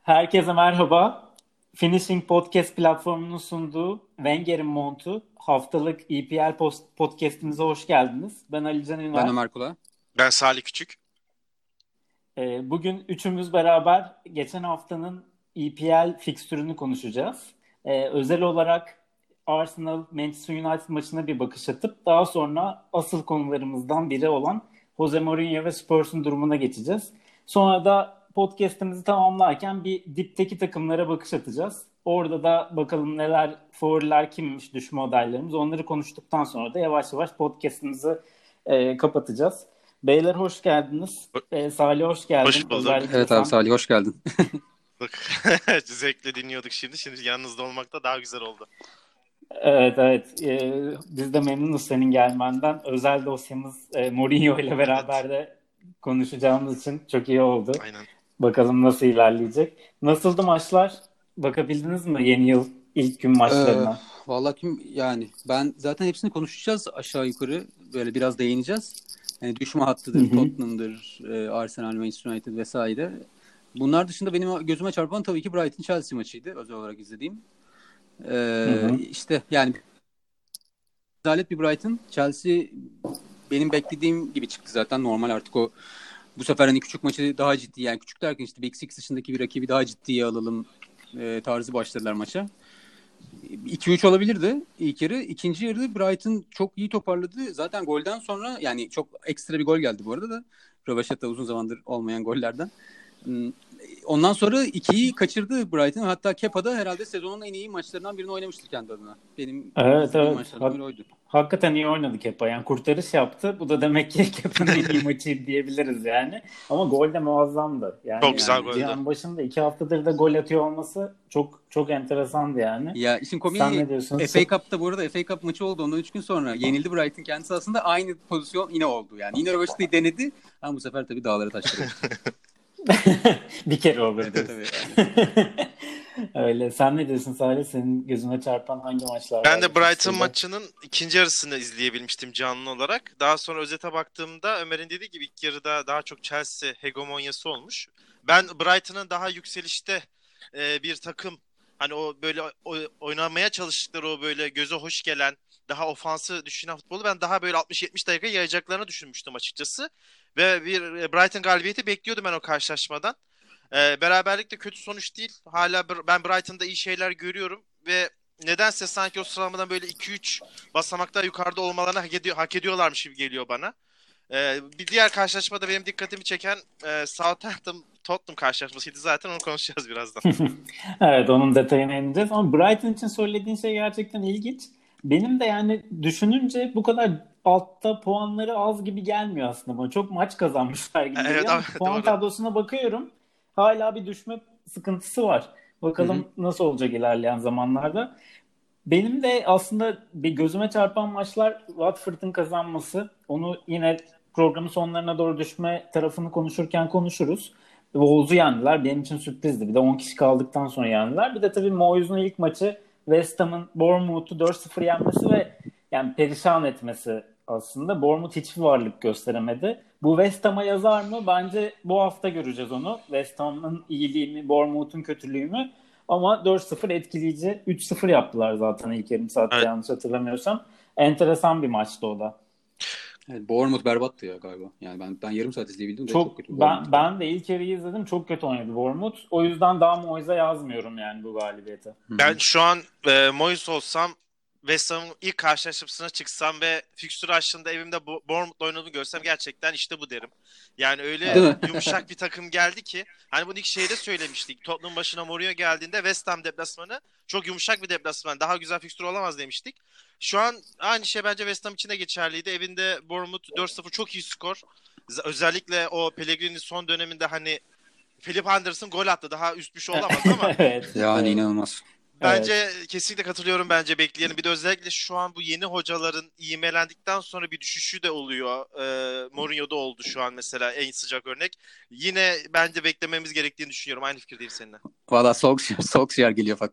Herkese merhaba. Finishing Podcast platformunun sunduğu Wenger'in Montu haftalık EPL podcast'imize hoş geldiniz. Ben Ali Can Ben Üner. Ömer Kula. Ben Salih Küçük. Bugün üçümüz beraber geçen haftanın EPL fikstürünü konuşacağız. Özel olarak Arsenal Manchester United maçına bir bakış atıp daha sonra asıl konularımızdan biri olan Jose Mourinho ve Spurs'un durumuna geçeceğiz. Sonra da podcast'imizi tamamlarken bir dipteki takımlara bakış atacağız. Orada da bakalım neler, favoriler kimmiş, düşme adaylarımız. Onları konuştuktan sonra da yavaş yavaş podcast'imizi kapatacağız. Beyler hoş geldiniz. Salih hoş geldin. Hoş bulduk. Özellikle Evet abi Salih hoş geldin. Zevkle dinliyorduk şimdi. Şimdi yanınızda olmak da daha güzel oldu. Evet. Biz de memnunuz senin gelmenden. Özel dosyamız Mourinho ile beraber de konuşacağımız için çok iyi oldu. Aynen. Bakalım nasıl ilerleyecek. Nasıldı maçlar? Bakabildiniz mi yeni yıl ilk gün maçlarına? Vallahi ben zaten hepsini konuşacağız aşağı yukarı. Böyle biraz değineceğiz. Yani düşme hattıdır, Tottenham'dır, Arsenal, Manchester United vesaire. Bunlar dışında benim gözüme çarpan tabii ki Brighton Chelsea maçıydı özel olarak izlediğim. İşte yani rezalet bir Brighton. Chelsea benim beklediğim gibi çıktı zaten. Normal artık bu sefer hani küçük maçı daha ciddi, yani küçük derken işte Big Six dışındaki bir rakibi daha ciddiye alalım tarzı başladılar maça. 2-3 olabilirdi ilk yarı. İkinci yarı Brighton çok iyi toparladı. Zaten golden sonra, yani çok ekstra bir gol geldi bu arada da. Röveşata uzun zamandır olmayan gollerden. Ondan sonra 2'yi kaçırdı Brighton. Hatta Kepa da herhalde sezonun en iyi maçlarından birini oynamıştır kendi adına. Benim Evet. maçlardan biri oydu. Hakikaten iyi oynadı Kepa. Yani kurtarış yaptı. Bu da demek ki Kepa'nın en iyi maçı diyebiliriz yani. Ama gol de muazzamdı. Yani, Çok güzel goldü. Cihan başında 2 haftadır da gol atıyor olması çok çok enteresandı yani. Ya işin komiği, sen ne diyorsun? FA Cup'ta bu arada FA Cup maçı oldu. Ondan 3 gün sonra yenildi Brighton, kendisi aslında aynı pozisyon yine oldu. Yani yine Röveşata'yı denedi ama bu sefer tabii dağları taşları. Bir kere olur diyorsun. Tabii. Öyle. Sen ne diyorsun Salih? Senin gözüne çarpan hangi maçlar Ben var? de Brighton maçının ikinci yarısını izleyebilmiştim canlı olarak. Daha sonra özete baktığımda Ömer'in dediği gibi ilk yarıda daha çok Chelsea hegemonyası olmuş. Ben Brighton'ın daha yükselişte bir takım, hani o böyle oynamaya çalıştıkları o böyle göze hoş gelen, daha ofansı düşünen futbolu ben daha böyle 60-70 dakika yayacaklarını düşünmüştüm açıkçası. Ve bir Brighton galibiyeti bekliyordum ben o karşılaşmadan. Beraberlik de kötü sonuç değil. Hala ben Brighton'da iyi şeyler görüyorum ve nedense sanki o sıralamadan böyle 2-3 basamakta yukarıda olmalarını hak ediyorlarmış gibi geliyor bana. Bir diğer karşılaşmada benim dikkatimi çeken Southampton Tottenham karşılaşmasıydı, zaten onu konuşacağız birazdan. Evet, onun detayına ineceğiz ama Brighton için söylediğin şey gerçekten ilginç. Benim de yani düşününce bu kadar altta puanları az gibi gelmiyor aslında bana. Çok maç kazanmışlar gibi Evet geliyor ama abi, puan doğru. tablosuna bakıyorum. Hala bir düşme sıkıntısı var. Bakalım nasıl olacak ilerleyen zamanlarda. Benim de aslında bir gözüme çarpan maçlar Watford'un kazanması. Onu yine programın sonlarına doğru düşme tarafını konuşurken konuşuruz. Wolves'u yendiler. Benim için sürprizdi. Bir de 10 kişi kaldıktan sonra yendiler. Bir de tabii Moyes'un ilk maçı West Ham'ın Bournemouth'u 4-0 yenmesi ve yani perişan etmesi aslında. Bournemouth hiçbir varlık gösteremedi. Bu West Ham'a yazar mı? Bence bu hafta göreceğiz onu. West Ham'ın iyiliğini, Bournemouth'un kötülüğünü. Ama 4-0 etkileyici. 3-0 yaptılar zaten ilk yarım saatte, Evet. yanlış hatırlamıyorsam. Enteresan bir maçtı o da. Evet, Bournemouth berbattı ya galiba. Yani ben yarım saat izleyebildim de çok kötü. Ben de ilk yarıyı izledim. Çok kötü oynadı Bournemouth. O yüzden daha Moyes'a yazmıyorum yani bu galibiyete. Ben şu an Moyes olsam West Ham'ın ilk karşılaşmasına çıksam ve fikstürü açtığında evimde Bournemouth'la oynadığını görsem gerçekten işte bu derim. Yani öyle yumuşak bir takım geldi ki, hani bunu ilk şeyde söylemiştik. Tottenham başına Mourinho geldiğinde West Ham deplasmanı çok yumuşak bir deplasman, daha güzel fikstür olamaz demiştik. Şu an aynı şey bence West Ham için de geçerliydi. Evinde Bournemouth 4-0 çok iyi skor. Özellikle o Pellegrini'nin son döneminde hani Philip Anderson gol attı. Daha üst bir şey olamaz ama Evet. Yani inanılmaz. bence kesinlikle katılıyorum, bence bekleyelim. Bir de özellikle şu an bu yeni hocaların ivmelendikten sonra bir düşüşü de oluyor. Mourinho'da oldu şu an mesela en sıcak örnek. Yine bence beklememiz gerektiğini düşünüyorum. Aynı fikirdeyim seninle. Valla Solskjaer geliyor aklıma.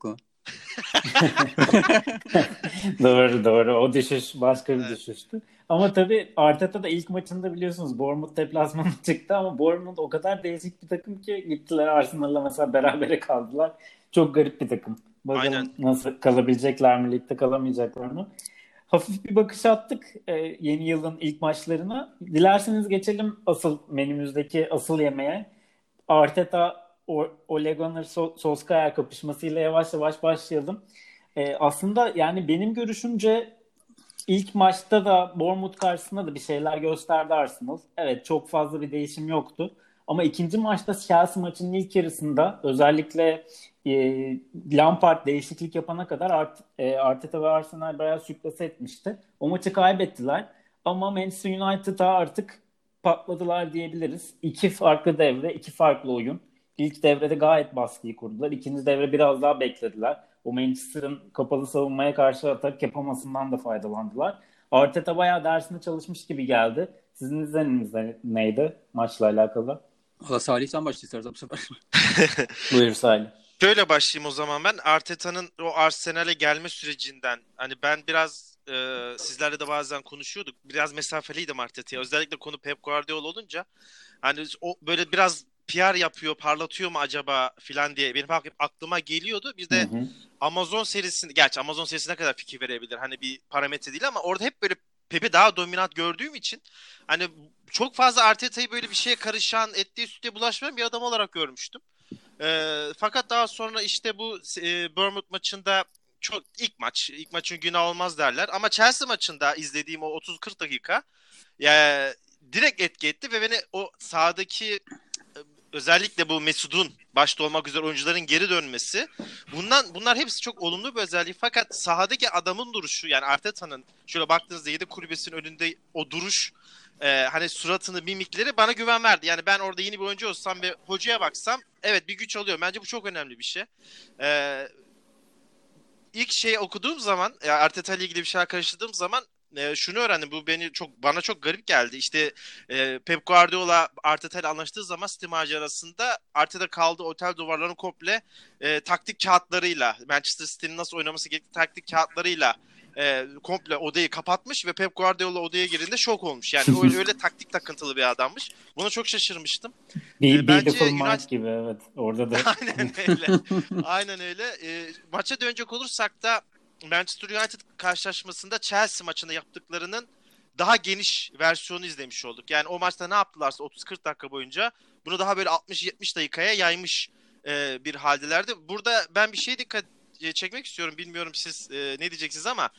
Doğru doğru. O düşüş başka bir düşüştü. Ama tabii Arteta da ilk maçında biliyorsunuz Bournemouth deplasmanı çıktı ama Bournemouth o kadar değişik bir takım ki gittiler Arsenal'la mesela berabere kaldılar. Çok garip bir takım. Aynen. Bakalım nasıl kalabilecekler mi, ligde kalamayacaklar mı? Hafif bir bakış attık yeni yılın ilk maçlarına. Dilerseniz geçelim asıl menümüzdeki asıl yemeğe. Arteta Ole Gunnar Solskjaer kapışmasıyla yavaş yavaş başlayalım. Aslında yani benim görüşümce ilk maçta da Bournemouth karşısında da bir şeyler gösterdi Arsenal. Evet, çok fazla bir değişim yoktu. Ama ikinci maçta Chelsea maçının ilk yarısında özellikle Lampard değişiklik yapana kadar Arteta ve Arsenal bayağı sürklase etmişti. O maçı kaybettiler. Ama Manchester United'a artık patladılar diyebiliriz. İki farklı devre, iki farklı oyun. İlk devrede gayet baskıyı kurdular. İkinci devre biraz daha beklediler. O Manchester'ın kapalı savunmaya karşı atak yapamasından da faydalandılar. Arteta bayağı dersine çalışmış gibi geldi. Sizin izleniminiz neydi maçla alakalı? Valla Salih sen başla istersen bu sefer. Buyur Salih. Şöyle başlayayım o zaman ben. Arteta'nın o Arsenal'e gelme sürecinden hani ben biraz sizlerle de bazen konuşuyorduk. Biraz mesafeliydim Arteta'ya. Özellikle konu Pep Guardiola olunca hani o böyle biraz PR yapıyor, parlatıyor mu acaba filan diye benim aklıma geliyordu. Bir de Amazon serisinde, gerçi Amazon serisine kadar fikir verebilir. Hani bir parametre değil ama orada hep böyle Pep'i daha dominant gördüğüm için hani çok fazla Arteta'yı böyle bir şeye karışan, ettiği sütüye bulaşmayan bir adam olarak görmüştüm. Fakat daha sonra işte bu Bournemouth maçında çok ilk maçın günah olmaz derler ama Chelsea maçında izlediğim o 30-40 dakika ya direkt etki etti ve beni o sahadaki özellikle bu Mesut'un başta olmak üzere oyuncuların geri dönmesi bunlar hepsi çok olumlu bir özellik fakat sahadaki adamın duruşu yani Arteta'nın şöyle baktığınızda 7 kulübesinin önünde o duruş hani suratını mimikleri bana güven verdi. Yani ben orada yeni bir oyuncu olsam ve hocaya baksam evet bir güç alıyorum. Bence bu çok önemli bir şey. İlk şeyi okuduğum zaman Arteta ile ilgili bir şeyler karıştırdığım zaman şunu öğrendim. Bu bana çok garip geldi. İşte Pep Guardiola Arteta ile anlaştığı zaman City macerasında Arteta kaldığı otel duvarlarını komple taktik kağıtlarıyla Manchester City'nin nasıl oynaması gerektiği taktik kağıtlarıyla komple odayı kapatmış ve Pep Guardiola odaya girdiğinde şok olmuş. Yani öyle taktik takıntılı bir adammış. Buna çok şaşırmıştım. Beautiful Mind gibi evet. Orada da. Aynen öyle. Aynen öyle. Maça dönecek olursak da Manchester United karşılaşmasında Chelsea maçında yaptıklarının daha geniş versiyonu izlemiş olduk. Yani o maçta ne yaptılarsa 30-40 dakika boyunca bunu daha böyle 60-70 dakikaya yaymış bir haldelerdi. Burada ben bir şey dikkat çekmek istiyorum. Bilmiyorum siz ne diyeceksiniz ama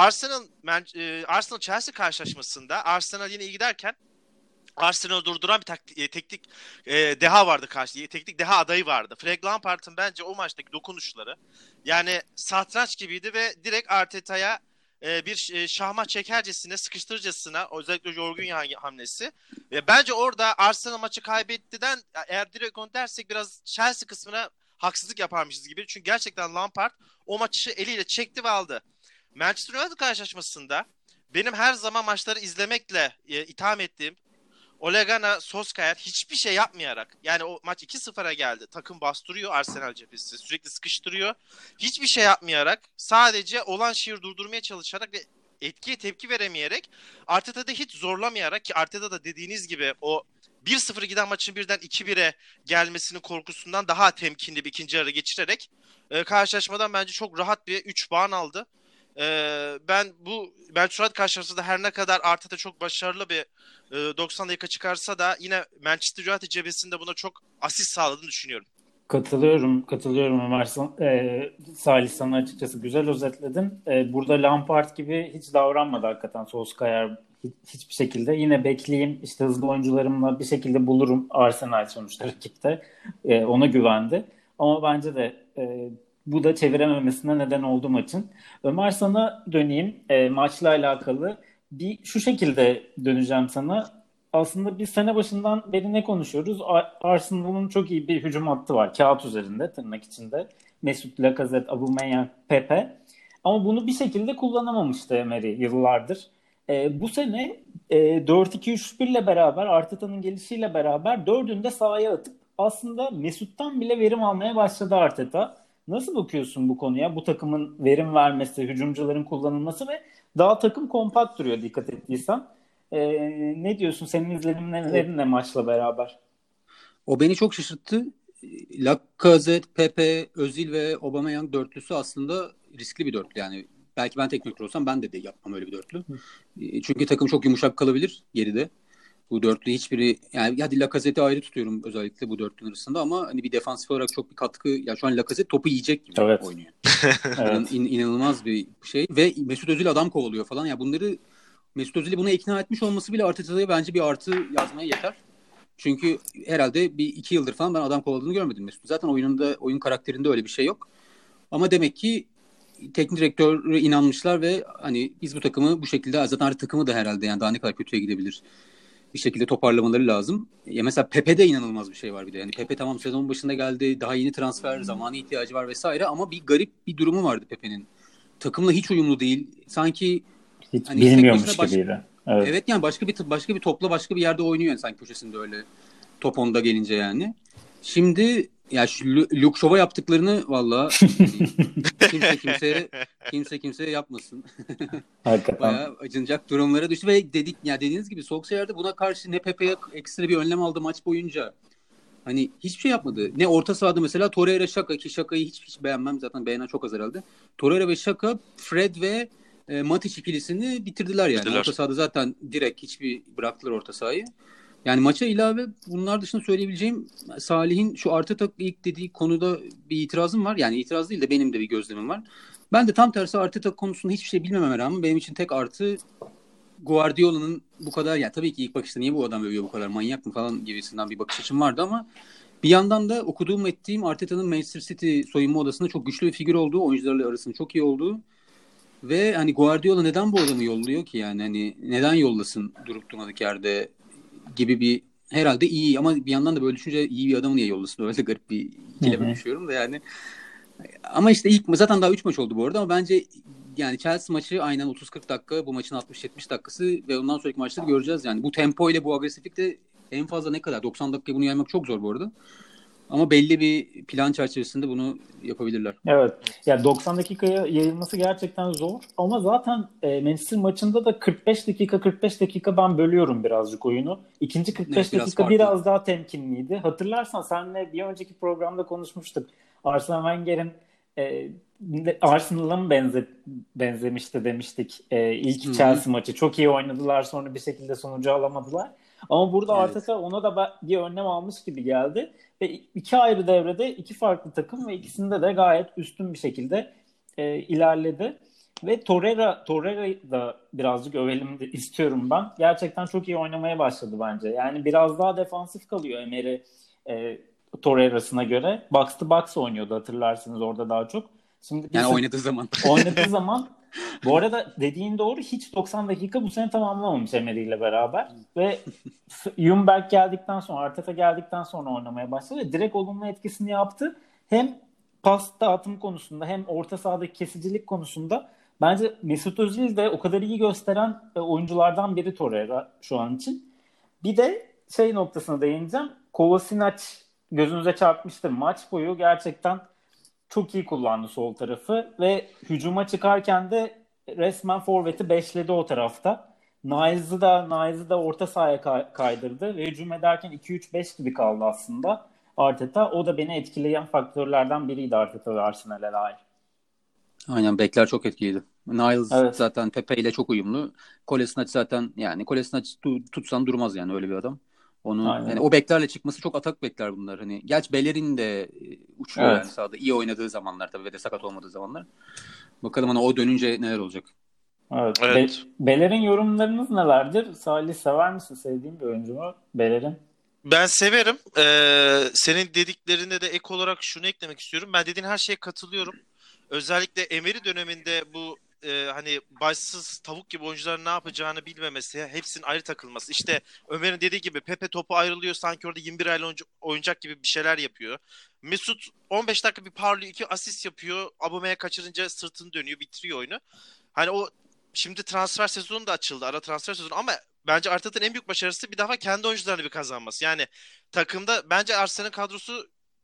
Arsenal Chelsea karşılaşmasında Arsenal yine iyi giderken Arsenal'ı durduran bir teknik deha vardı karşıda. Teknik deha adayı vardı. Frank Lampard'ın bence o maçtaki dokunuşları yani satranç gibiydi ve direkt Arteta'ya bir şahmat çekercesine, sıkıştırıcısına özellikle Jorginho hamlesi. Bence orada Arsenal maçı kaybettiden eğer direkt onu dersek biraz Chelsea kısmına haksızlık yaparmışız gibi. Çünkü gerçekten Lampard o maçı eliyle çekti ve aldı. Manchester United karşılaşmasında benim her zaman maçları izlemekle itham ettiğim Ole Gunnar Solskjaer hiçbir şey yapmayarak yani o maç 2-0'a geldi. Takım bastırıyor Arsenal cephesi. Sürekli sıkıştırıyor. Hiçbir şey yapmayarak sadece olan şeyi durdurmaya çalışarak ve etkiye tepki veremeyerek Arteta'da hiç zorlamayarak ki Arteta da dediğiniz gibi o 1-0 giden maçın birden 2-1'e gelmesinin korkusundan daha temkinli bir ikinci yarı geçirerek karşılaşmadan bence çok rahat bir 3 puan aldı. Ben Manchester karşılaşmasında her ne kadar Arteta çok başarılı bir 90 dakika çıkarsa da yine Manchester United cephesinde buna çok asist sağladığını düşünüyorum. Katılıyorum Ömer. Salih sana açıkçası güzel özetledin. Burada Lampard gibi hiç davranmadı hakikaten Solskjaer hiçbir şekilde. Yine bekleyeyim işte hızlı oyuncularımla bir şekilde bulurum Arsenal sonuçta rakipte. Ona güvendi. Ama bence de bu da çevirememesine neden oldu maçın. Ömer sana döneyim. Maçla alakalı. Şu şekilde döneceğim sana. Aslında biz sene başından beri ne konuşuyoruz? Arsenal'ın çok iyi bir hücum hattı var. Kağıt üzerinde, tırnak içinde. Mesut, Lacazette, Aubameyang, Pepe. Ama bunu bir şekilde kullanamamıştı Emery yıllardır. Bu sene 4-2-3-1 ile beraber, Arteta'nın gelişiyle beraber dördünü de sahaya atıp aslında Mesut'tan bile verim almaya başladı Arteta. Nasıl bakıyorsun bu konuya? Bu takımın verim vermesi, hücumcuların kullanılması ve daha takım kompakt duruyor dikkat ettiysen. Ne diyorsun? Senin izlenimlerin ne maçla beraber? O beni çok şaşırttı. Lacazette, Pepe, Özil ve Aubameyang dörtlüsü aslında riskli bir dörtlü. Yani belki ben teknik direktör olsam ben de yapmam öyle bir dörtlü. Çünkü takım çok yumuşak kalabilir geride. Bu dörtlü hiçbiri, yani hadi Lacazette'i ayrı tutuyorum özellikle bu dörtlünün arasında, ama hani bir defansif olarak çok bir katkı, ya şu an Lacazette topu yiyecek gibi oynuyor. Evet. İnanılmaz bir şey ve Mesut Özil adam kovalıyor falan. Ya bunları, Mesut Özil'i buna ikna etmiş olması bile Arteta'ya bence bir artı yazmaya yeter. Çünkü herhalde bir 2 yıldır falan ben adam kovaladığını görmedim Mesut. Zaten oyun karakterinde öyle bir şey yok. Ama demek ki teknik direktöre inanmışlar ve hani biz bu takımı bu şekilde, zaten artık takımı da herhalde yani daha ne kadar kötüye gidebilir, bir şekilde toparlamaları lazım. Ya mesela Pepe'de inanılmaz bir şey var bir de. Yani Pepe tamam sezon başında geldi. Daha yeni transfer, zamanı ihtiyacı var vesaire, ama bir garip bir durumu vardı Pepe'nin. Takımla hiç uyumlu değil. Sanki Hiç hani tek bilmiyormuş başına gibiydi. evet yani başka bir topla başka bir yerde oynuyor yani, sanki köşesinde öyle. Top onda gelince yani. Şimdi ya şu Luke Shaw'a yaptıklarını valla kimse kimseye yapmasın. Hakikaten. Bayağı acınacak durumlara düştü ve dediğiniz gibi Solskjaer'de buna karşı ne Pepe'ye ekstra bir önlem aldı maç boyunca. Hani hiçbir şey yapmadı. Ne orta sahada mesela Torreira, Xhaka, ki Xhaka'yı hiç beğenmem. Zaten beğenen çok az herhalde. Torreira ve Xhaka, Fred ve Matic ikilisini bitirdiler yani. Orta sahada zaten direkt hiçbir bıraktılar orta sahayı. Yani maça ilave bunlar dışında söyleyebileceğim, Salih'in şu Arteta ilk dediği konuda bir itirazım var. Yani itiraz değil de benim de bir gözlemim var. Ben de tam tersi Arteta konusunda hiçbir şey bilmememe rağmen benim için tek artı Guardiola'nın bu kadar, yani tabii ki ilk bakışta niye bu adam övüyor bu kadar, manyak mı falan gibisinden bir bakış açım vardı, ama bir yandan da okuduğum ettiğim Arteta'nın Manchester City soyunma odasında çok güçlü bir figür olduğu, oyuncularla arasında çok iyi olduğu ve hani Guardiola neden bu adamı yolluyor ki, yani hani neden yollasın durup durmadık yerde gibi bir, herhalde iyi, ama bir yandan da böyle düşünce iyi bir adamı niye yollasın, öyle garip bir ikileme düşüyorum da yani. Ama işte zaten daha 3 maç oldu bu arada, ama bence yani Chelsea maçı aynen 30-40 dakika, bu maçın 60-70 dakikası ve ondan sonraki maçları göreceğiz yani. Bu tempo ile bu agresiflikte en fazla ne kadar? 90 dakika bunu yaymak çok zor bu arada. Ama belli bir plan çerçevesinde bunu yapabilirler. Evet. Ya 90 dakikaya yayılması gerçekten zor. Ama zaten Manchester maçında da 45 dakika ben bölüyorum birazcık oyunu. İkinci 45 Evet, dakika biraz daha temkinliydi. Hatırlarsan seninle bir önceki programda konuşmuştuk. Arsene Wenger'in Arsenal'a mı benzemişti demiştik. İlk Chelsea maçı. Çok iyi oynadılar, sonra bir şekilde sonucu alamadılar. Ama burada Arteta ona da bir önlem almış gibi geldi. Ve iki ayrı devrede iki farklı takım ve ikisinde de gayet üstün bir şekilde ilerledi. Ve Torreira'yı da birazcık övelim de istiyorum ben. Gerçekten çok iyi oynamaya başladı bence. Yani biraz daha defansif kalıyor Emery Torreira'sına göre. Box to box oynuyordu, hatırlarsınız orada daha çok. Şimdi yani oynadığı zaman bu arada dediğin doğru, hiç 90 dakika bu sene tamamlamamış Emery ile beraber ve Ljungberg geldikten sonra, Arteta geldikten sonra oynamaya başladı ve direkt olumlu etkisini yaptı. Hem pas dağıtım konusunda hem orta sahadaki kesicilik konusunda bence Mesut Özil de o kadar iyi gösteren oyunculardan biri Torreira şu an için. Bir de noktasına değineceğim. Kolasinac gözünüze çarpmıştır. Maç boyu gerçekten çok iyi kullandı sol tarafı ve hücuma çıkarken de resmen forveti beşledi o tarafta. Niles'ı da orta sahaya kaydırdı ve hücum ederken 2-3-5 gibi kaldı aslında Arteta. O da beni etkileyen faktörlerden biriydi Arteta ve Arsenal'e dair. Aynen, bekler çok etkiliydi. Niles zaten Pepe ile çok uyumlu. Kolasinac zaten, yani Kolasinac tutsan durmaz yani, öyle bir adam. Yani o beklerle çıkması, çok atak bekler bunlar. Hani gerçi Bellerin de uçuyor yani sahada. İyi oynadığı zamanlar tabii ve de sakat olmadığı zamanlar. Bakalım hani o dönünce neler olacak. Evet. Bellerin yorumlarınız nelerdir? Salih, sever misin? Sevdiğin bir oyuncu mu Bellerin? Ben severim. Senin dediklerine de ek olarak şunu eklemek istiyorum. Ben dediğin her şeye katılıyorum. Özellikle Emery döneminde bu hani başsız tavuk gibi oyuncuların ne yapacağını bilmemesi, hepsinin ayrı takılması. İşte Ömer'in dediği gibi Pepe topu ayrılıyor, sanki orada 21 aylık oyuncak gibi bir şeyler yapıyor. Mesut 15 dakika bir parlıyor, 2 asist yapıyor. Aubameyang kaçırınca sırtını dönüyor, bitiriyor oyunu. Hani o şimdi transfer sezonu da açıldı, ara transfer sezonu, ama bence Arteta'nın en büyük başarısı bir defa kendi oyuncularını bir kazanması. Yani takımda bence Arsenal'in kadrosu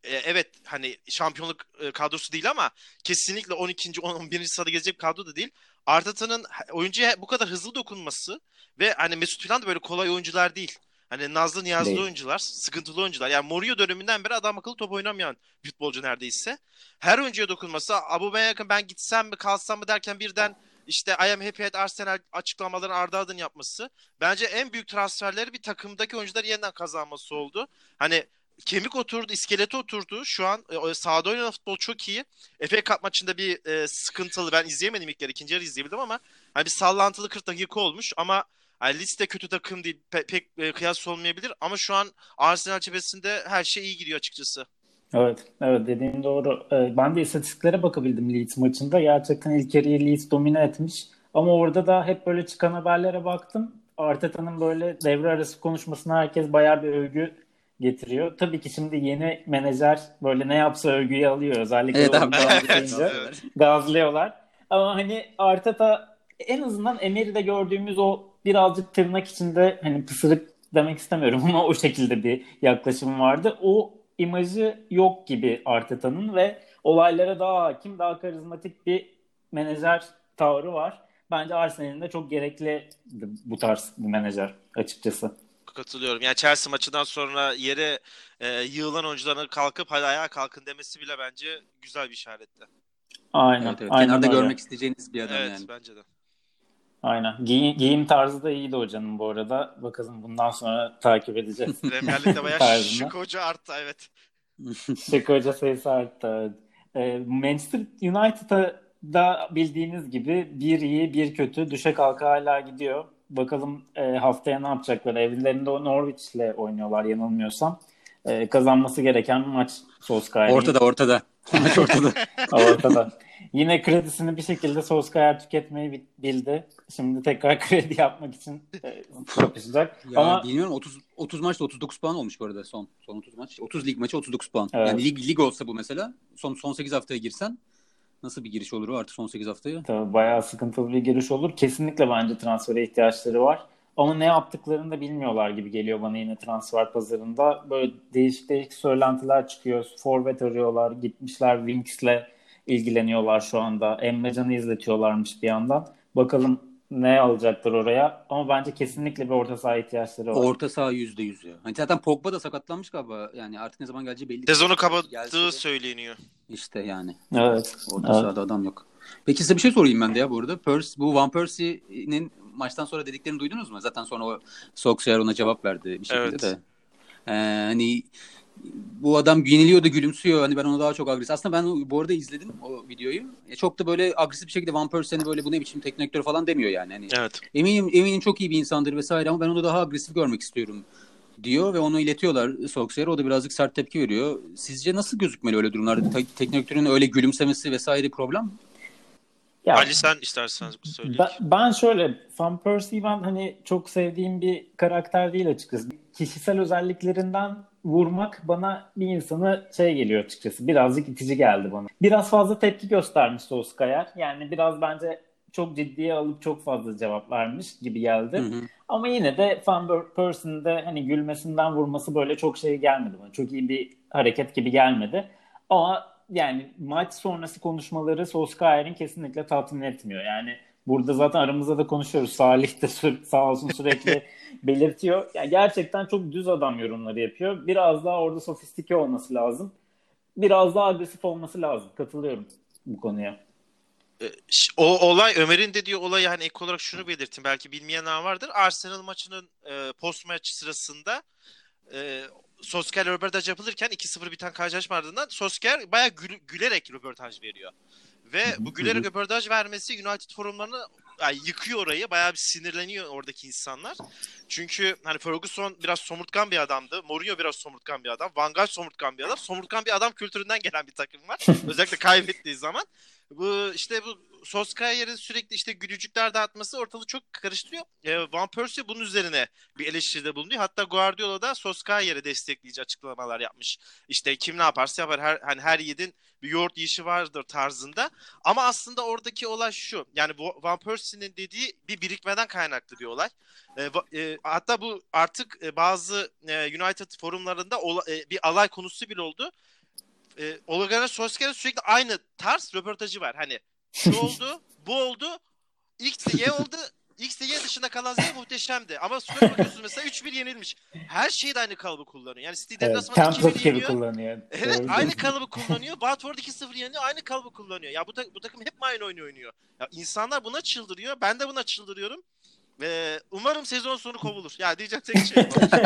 evet hani şampiyonluk kadrosu değil ama kesinlikle 12. 11. sırada gelecek bir kadro da değil. Arteta'nın oyuncuya bu kadar hızlı dokunması ve hani Mesut falan da böyle kolay oyuncular değil. Hani nazlı niyazlı Değil. oyuncular, sıkıntılı oyuncular. Yani Mourinho döneminden beri adam akıllı top oynamayan futbolcu neredeyse. Her oyuncuya dokunması, Aubameyang'ın ben gitsem mi kalsam mı derken birden işte I am happy at Arsenal açıklamalarını ardı ardına yapması. Bence en büyük transferleri bir takımdaki oyuncuları yeniden kazanması oldu. Hani kemik oturdu, iskeleti oturdu. Şu an sahada oynanan futbol çok iyi. FA Cup maçında bir sıkıntılı. Ben izleyemedim ilk yarı. İkinci yarı izleyebildim ama hani bir sallantılı 40 dakika olmuş ama yani Leeds de kötü takım değil. Pek kıyas olmayabilir ama şu an Arsenal cephesinde her şey iyi gidiyor açıkçası. Evet, evet dediğin doğru. Ben de istatistiklere bakabildim Leeds maçında. Gerçekten ilk yarıyı Leeds domine etmiş. Ama orada da hep böyle çıkan haberlere baktım. Arteta'nın böyle devre arası konuşmasına herkes bayağı bir övgü getiriyor. Tabii ki şimdi yeni menajer böyle ne yapsa övgüyü alıyor. Özellikle Evet oyun abi. falan Evet, bitince evet. gazlıyorlar. Ama hani Arteta en azından Emery'de gördüğümüz o birazcık tırnak içinde hani pısırık demek istemiyorum ama o şekilde bir yaklaşım vardı. O imajı yok gibi Arteta'nın ve olaylara daha hakim, daha karizmatik bir menajer tavrı var. Bence Arsenal'in de çok gerekli bu tarz bir menajer açıkçası. Katılıyorum. Yani Chelsea maçından sonra yere yığılan oyuncuların kalkıp hadi ayağa kalkın demesi bile bence güzel bir işaretti. Aynen, Evet evet. aynen Kenarda öyle. görmek isteyeceğiniz bir adam Evet yani. bence de. Aynen. Giyim tarzı da iyiydi hocanın bu arada. Bakalım bundan sonra takip edeceğiz Premier Lig'de bayağı şık tarzında. hoca arttı evet. Şık hoca sayısı arttı. Manchester United'a da bildiğiniz gibi bir iyi bir kötü düşe kalka hala gidiyor. Bakalım haftaya ne yapacaklar? Evlerinde Norwich'le oynuyorlar yanılmıyorsam. Kazanması gereken maç Solskjaer'in. Ortada. Maç ortada. Ortada. Yine kredisini bir şekilde Solskjaer tüketmeyi bildi. Şimdi tekrar kredi yapmak için kapışacak. Ya Ama bilmiyorum 30 maçta 39 puan olmuş bu arada son 30 maç. 30 lig maçı 39 puan. Yani evet, lig olsa bu mesela son 8 haftaya girsen nasıl bir giriş olur o artık son 8 haftaya? tabii bayağı sıkıntılı bir giriş olur. Kesinlikle bence transfere ihtiyaçları var. Ama ne yaptıklarını da bilmiyorlar gibi geliyor bana yine transfer pazarında. Böyle değişik değişik söylentiler çıkıyor. Forvet arıyorlar. Gitmişler Winks'le ilgileniyorlar şu anda. Emre Can'ı izletiyorlarmış bir yandan. Bakalım ne alacaklar oraya. Ama bence kesinlikle bir orta saha ihtiyaçları var. Orta saha %100 ya. Hani zaten Pogba da sakatlanmış galiba. Yani artık ne zaman geleceği belli değil. Sezonu Gelse kapattığı de söyleniyor. işte yani. Evet. Orta Evet. sahada adam yok. Peki size bir şey sorayım ben de ya bu arada. Bu Van Persie'nin maçtan sonra dediklerini duydunuz mu? Zaten sonra o Solskjaer ona cevap verdi bir şekilde Evet. de. Hani bu adam yeniliyor da gülümsüyor. Hani ben onu daha çok agresif. Aslında ben bu arada izledim o videoyu. Çok da böyle agresif bir şekilde Van Persie'ni böyle bu ne biçim teknik direktör falan demiyor yani. Hani Evet. eminim çok iyi bir insandır vesaire ama ben onu daha agresif görmek istiyorum diyor ve onu iletiyorlar Solskjaer'e. O da birazcık sert tepki veriyor. Sizce nasıl gözükmeli öyle durumlarda? Teknik direktörün öyle gülümsemesi vesaire problem mi? Ya Ali sen istersen söyle Ben, ilk. ben şöyle Van Persie'yi ben hani çok sevdiğim bir karakter değil açıkçası. Kişisel özelliklerinden vurmak bana bir insanı şey geliyor açıkçası. Birazcık itici geldi bana. Biraz fazla tepki göstermiş Solskjaer. Yani biraz bence çok ciddiye alıp çok fazla cevap vermiş gibi Hı geldi. hı. Ama yine de Van Persie'nin de hani gülmesinden vurması böyle çok şey gelmedi bana. Çok iyi bir hareket gibi gelmedi. Ama yani maç sonrası konuşmaları Solskjaer'in kesinlikle tatmin etmiyor. Yani burada zaten aramızda da konuşuyoruz. Salih de sağ olsun sürekli belirtiyor. Yani gerçekten çok düz adam yorumları yapıyor. Biraz daha orada sofistike olması lazım. Biraz daha agresif olması lazım. Katılıyorum bu konuya. O olay Ömer'in dediği olayı hani ek olarak şunu belirttim. Belki bilmeyenler vardır. Arsenal maçının post maç sırasında e, Solskjaer röportaj yapılırken 2-0 biten karşılaşma ardından Solskjaer bayağı gülerek röportaj veriyor. Hı Ve hı. bu Hı gülerek hı. röportaj vermesi United forumlarını yani yıkıyor orayı. Bayağı bir sinirleniyor oradaki insanlar. Çünkü hani Ferguson biraz somurtkan bir adamdı. Mourinho biraz somurtkan bir adam. Van Gaal somurtkan bir adam. Somurtkan bir adam kültüründen gelen bir takım var. Özellikle kaybettiği zaman. Bu Solskjaer'in sürekli işte gülücükler dağıtması ortalığı çok karıştırıyor. Van Persie bunun üzerine bir eleştiride bulunuyor. Hatta Guardiola da Solskjaer'i destekleyici açıklamalar yapmış. İşte kim ne yaparsa yapar. Her yiğidin bir yoğurt yiyişi vardır tarzında. Ama aslında oradaki olay şu. Yani Van Persie'nin dediği bir birikmeden kaynaklı bir olay. Hatta bu artık bazı United forumlarında bir alay konusu bile oldu. Ole Gunnar Solskjaer'in sürekli aynı tarz röportajı var. Hani şu oldu, bu oldu, X de Y oldu. X de Y dışında kalan Z muhteşemdi. Ama sonra bakıyorsunuz mesela 3-1 yenilmiş. Her şeyde aynı kalıbı kullanıyor. Yani City deplasmanı 2-1 yeniyor. Kullanıyor. Evet, aynı kalıbı kullanıyor. Watford 2-0 yeniyor. Aynı kalıbı kullanıyor. Ya bu takım hep mi aynı oynuyor? Ya insanlar buna çıldırıyor. Ben de buna çıldırıyorum. Ve umarım sezon sonu kovulur. Ya diyeceğim tek şey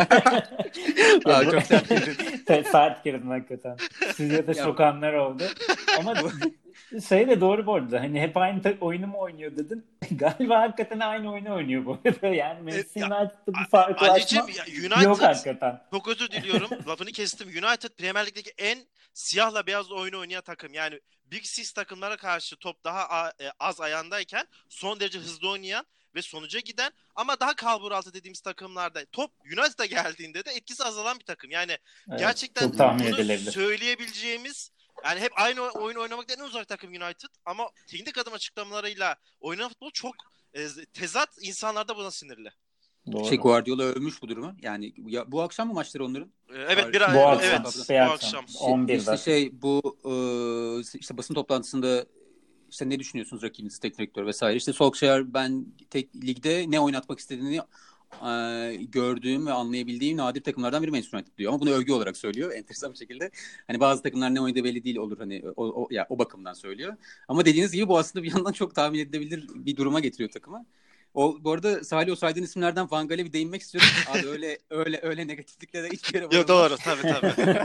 bu. Çok sert girdin. Sert girdin hakikaten. Stüdyoda şokanlar oldu. Ama şey de doğru bu arada. Hani hep aynı oyunu mu oynuyor dedin. Galiba hakikaten aynı oyunu oynuyor bu arada. Yani Manchester United'da bir farklılaşma yok hakikaten. Çok özür diliyorum. Lafını kestim. United Premier Lig'deki en siyahla beyazla oyunu oynayan takım. Yani Big Six takımlara karşı top daha az ayağındayken son derece hızlı oynayan ve sonuca giden ama daha kalbur altı dediğimiz takımlarda top United'a geldiğinde de etkisi azalan bir takım. Yani gerçekten bunu söyleyebileceğimiz, yani hep aynı oyunu oynamaktan en uzak takım United ama teknik adım açıklamalarıyla oynanan futbol çok tezat, insanlar da buna sinirli. Doğru. Guardiola övmüş bu durumu. Yani bu akşam mı maçları onların? Evet, bu akşam 11'de. İşte basın toplantısında İşte ne düşünüyorsunuz rakibiniz, teknik direktör vesaire. İşte Solskjaer ben ligde ne oynatmak istediğini gördüğüm ve anlayabildiğim nadir takımlardan biri Manchester United diyor. Ama bunu övgü olarak söylüyor enteresan bir şekilde. Hani bazı takımlar ne oynadığı belli değil olur hani o bakımdan söylüyor. Ama dediğiniz gibi bu aslında bir yandan çok tahmin edilebilir bir duruma getiriyor takımı. Bu arada Salih, o saydığın isimlerden Van Gaal'e bir değinmek istiyorum. Abi öyle negatiflikle de hiçbir yere varamaz. Doğru tabii.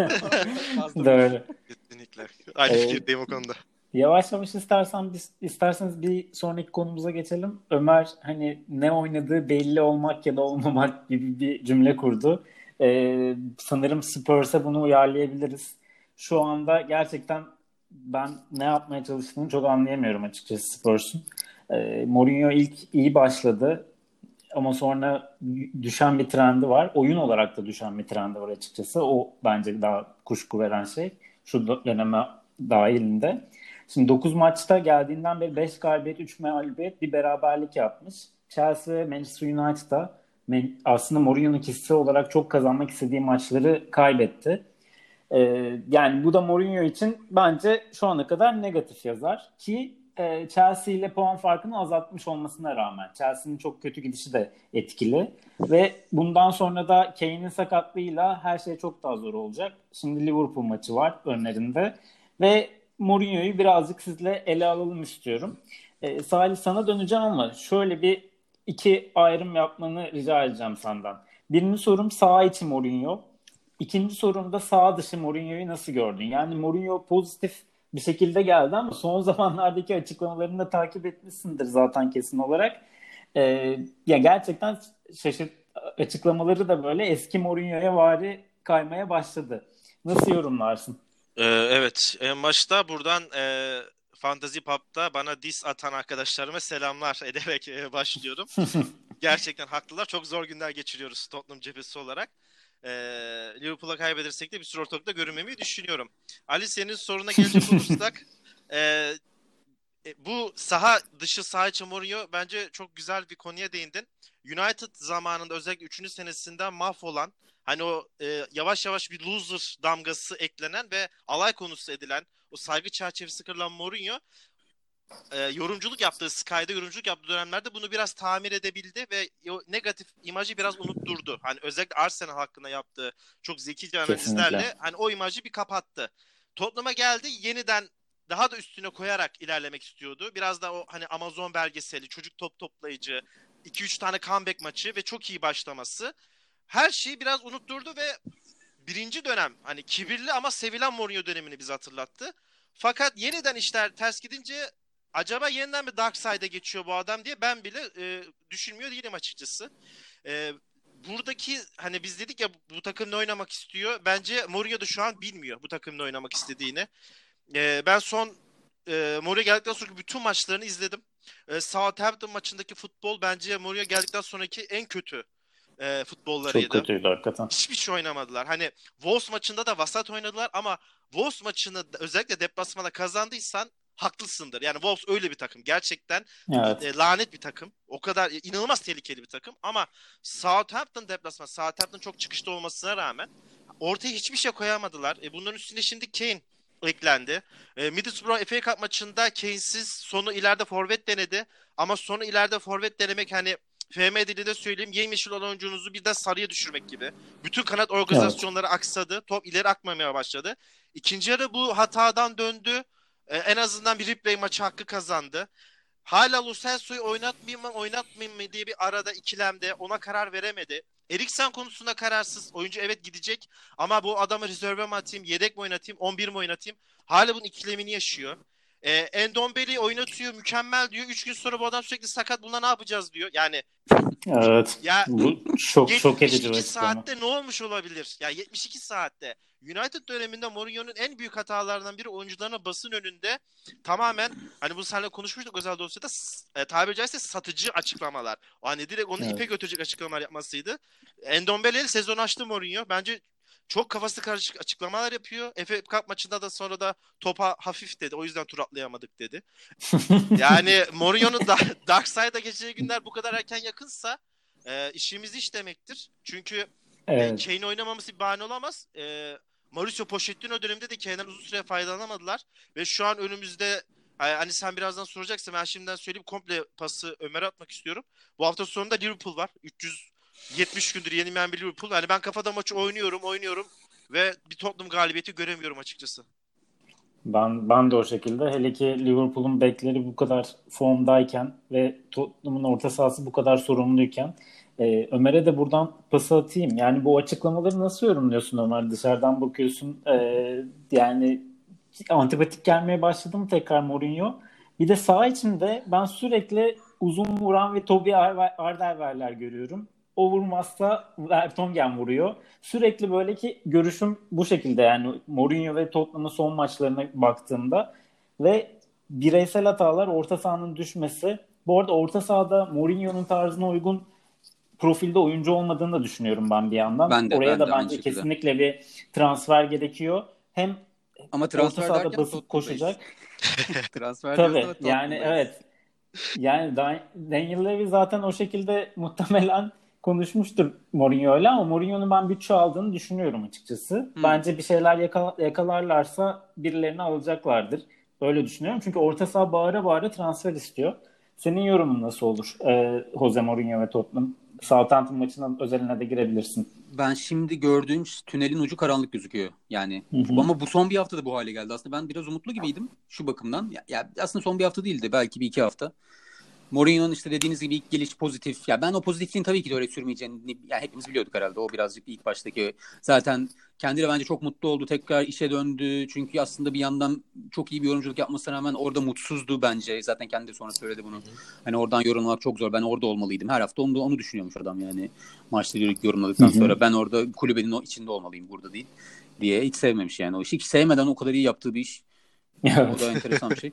Doğru. Kesinlikle. Aynı fikirdeyim o konuda. Yavaş yavaş isterseniz bir sonraki konumuza geçelim. Ömer hani ne oynadığı belli olmak ya da olmamak gibi bir cümle kurdu. Sanırım Spurs'a bunu uyarlayabiliriz. Şu anda gerçekten ben ne yapmaya çalıştığını çok anlayamıyorum açıkçası Spurs'un. Mourinho ilk iyi başladı ama sonra düşen bir trendi var. Oyun olarak da düşen bir trendi var açıkçası. O bence daha kuşku veren şey. Şu döneme dahilinde. Şimdi 9 maçta geldiğinden beri 5 galibiyet, 3 mağlubiyet, bir beraberlik yapmış. Chelsea ve Manchester United'da aslında Mourinho'nun kişisel olarak çok kazanmak istediği maçları kaybetti. Yani bu da Mourinho için bence şu ana kadar negatif yazar. Ki Chelsea ile puan farkını azaltmış olmasına rağmen. Chelsea'nin çok kötü gidişi de etkili. Ve bundan sonra da Kane'in sakatlığıyla her şey çok daha zor olacak. Şimdi Liverpool maçı var önlerinde. Ve Mourinho'yu birazcık sizle ele alalım istiyorum. Salih, sana döneceğim ama şöyle iki ayrım yapmanı rica edeceğim senden. Birinci sorum saha içi Mourinho. İkinci sorum da saha dışı Mourinho'yu nasıl gördün? Yani Mourinho pozitif bir şekilde geldi ama son zamanlardaki açıklamalarını da takip etmişsindir zaten kesin olarak. Ya gerçekten açıklamaları da böyle eski Mourinho'ya vari kaymaya başladı. Nasıl yorumlarsın? Evet, en başta buradan Fantasy Pub'da bana diss atan arkadaşlarıma selamlar ederek başlıyorum. Gerçekten haklılar. Çok zor günler geçiriyoruz Tottenham cephesi olarak. Liverpool'a kaybedersek de bir sürü ortalıkta görünmemeyi düşünüyorum. Ali, senin soruna gelecek olursak bu saha dışı saha içi Mourinho bence çok güzel bir konuya değindin. United zamanında özellikle 3. senesinden mahvolan, hani o yavaş yavaş bir loser damgası eklenen ve alay konusu edilen, o saygı çerçevesi kırılan Mourinho yorumculuk yaptığı, Sky'da yorumculuk yaptığı dönemlerde bunu biraz tamir edebildi ve o negatif imajı biraz unutturdu. Hani özellikle Arsenal hakkında yaptığı çok zekice analizlerle hani o imajı bir kapattı. Tottenham'a geldi, yeniden daha da üstüne koyarak ilerlemek istiyordu. Biraz da o hani Amazon belgeseli, çocuk top toplayıcı, 2-3 tane comeback maçı ve çok iyi başlaması her şeyi biraz unutturdu ve birinci dönem hani kibirli ama sevilen Mourinho dönemini bize hatırlattı. Fakat yeniden işler ters gidince acaba yeniden bir dark side'a geçiyor bu adam diye ben bile düşünmüyor değilim açıkçası. Buradaki hani biz dedik ya bu takım ne oynamak istiyor. Bence Mourinho da şu an bilmiyor bu takım ne oynamak istediğini. Ben son Mourinho geldikten sonraki bütün maçlarını izledim. Southampton maçındaki futbol bence Mourinho geldikten sonraki en kötü futbollarıydı. Çok kötüydü hakikaten. Hiçbir şey oynamadılar. Hani Wolves maçında da vasat oynadılar ama Wolves maçını özellikle deplasmana kazandıysan haklısındır. Yani Wolves öyle bir takım. Gerçekten lanet bir takım. O kadar inanılmaz tehlikeli bir takım. Ama Southampton çok çıkışta olmasına rağmen ortaya hiçbir şey koyamadılar. Bunların üstünde şimdi Kane eklendi. Middlesbrough FA Cup maçında Kane'siz sonu ileride forvet denedi. Ama sonu ileride forvet denemek hani FM dilinde söyleyeyim, yemyeşil olan oyuncunuzu birden sarıya düşürmek gibi. Bütün kanat organizasyonları aksadı. Top ileri akmamaya başladı. İkinci yarı bu hatadan döndü. En azından bir replay maçı hakkı kazandı. Hala Lo Celso'yu oynatmayayım mı diye bir arada ikilemde, ona karar veremedi. Eriksen konusunda kararsız. Oyuncu evet gidecek ama bu adamı rezerve mi atayım, yedek mi oynatayım, 11 mi oynatayım? Hala bunun ikilemini yaşıyor. Endombele'yi oynatıyor, mükemmel diyor. 3 gün sonra bu adam sürekli sakat, buna ne yapacağız diyor. Yani evet. ya Bu şok edici 72 saatte ne olmuş olabilir? Ya 72 saatte. United döneminde Mourinho'nun en büyük hatalarından biri oyuncularına basın önünde tamamen, hani bunu seninle konuşmuştuk özel dosyada, tabiri caizse satıcı açıklamalar. O hani direkt onu ipe götürecek açıklamalar yapmasıydı. Endombele'yle sezon açtı Mourinho. Bence çok kafası karışık açıklamalar yapıyor. FA Cup maçında da sonra da topa hafif dedi. O yüzden tur atlayamadık dedi. Yani Mourinho'nun Dark Side'a geçeceği günler bu kadar erken yakınsa işimiz iş demektir. Çünkü Kane oynamaması bir bahane olamaz. Mauricio Pochettino döneminde de Kane'den uzun süre faydalanamadılar. Ve şu an önümüzde, hani sen birazdan soracaksın, ben şimdiden söyleyeyim, komple pası Ömer'e atmak istiyorum. Bu hafta sonunda Liverpool var. 370 gündür yenilmeyen bir Liverpool. Yani ben kafada maçı oynuyorum ve bir Tottenham galibiyeti göremiyorum açıkçası. Ben de o şekilde. Hele ki Liverpool'un bekleri bu kadar formdayken ve Tottenham'ın orta sahası bu kadar sorumluyken Ömer'e de buradan pası atayım. Yani bu açıklamaları nasıl yorumluyorsun Ömer? Dışarıdan bakıyorsun. Yani antipatik gelmeye başladı mı tekrar Mourinho? Bir de saha içinde ben sürekli uzun vuran ve Toby Alderweireld'ler görüyorum. O vurmazsa Vertonghen vuruyor. Sürekli böyle ki görüşüm bu şekilde, yani Mourinho ve Tottenham'ın son maçlarına baktığımda ve bireysel hatalar, orta sahanın düşmesi. Bu arada orta sahada Mourinho'nun tarzına uygun profilde oyuncu olmadığını da düşünüyorum ben bir yandan. Oraya da bence kesinlikle bir transfer gerekiyor. Hem ama orta sahada basıp koşacak. Tabii yani evet. Yani Daniel Levy zaten o şekilde muhtemelen konuşmuştur Mourinho'yla ama Mourinho'nun ben bütçe aldığını düşünüyorum açıkçası. Bence bir şeyler yakalarlarsa birilerini alacaklardır. Öyle düşünüyorum. Çünkü orta saha bağıra bağıra transfer istiyor. Senin yorumun nasıl olur? Jose Mourinho ve Tottenham. Southampton maçının özeline de girebilirsin. Ben şimdi gördüğüm tünelin ucu karanlık gözüküyor. Yani ama bu son bir haftada bu hale geldi. Aslında ben biraz umutlu gibiydim şu bakımdan. Ya aslında son bir hafta değildi. Belki bir iki hafta. Mourinho'nun işte dediğiniz gibi ilk geliş pozitif. Ya ben o pozitifliğin tabii ki de öyle sürmeyeceğini yani hepimiz biliyorduk herhalde. O birazcık ilk baştaki zaten kendiyle bence çok mutlu oldu. Tekrar işe döndü. Çünkü aslında bir yandan çok iyi bir yorumculuk yapmasına rağmen orada mutsuzdu bence. Zaten kendi de sonra söyledi bunu. Hani oradan yorumlamak çok zor. Ben orada olmalıydım. Her hafta onu düşünüyormuş adam yani. Maçları yorumladıktan sonra ben orada kulübenin içinde olmalıyım, burada değil diye. Hiç sevmemiş yani o işi. Hiç sevmeden o kadar iyi yaptığı bir iş. Evet. O da enteresan bir şey.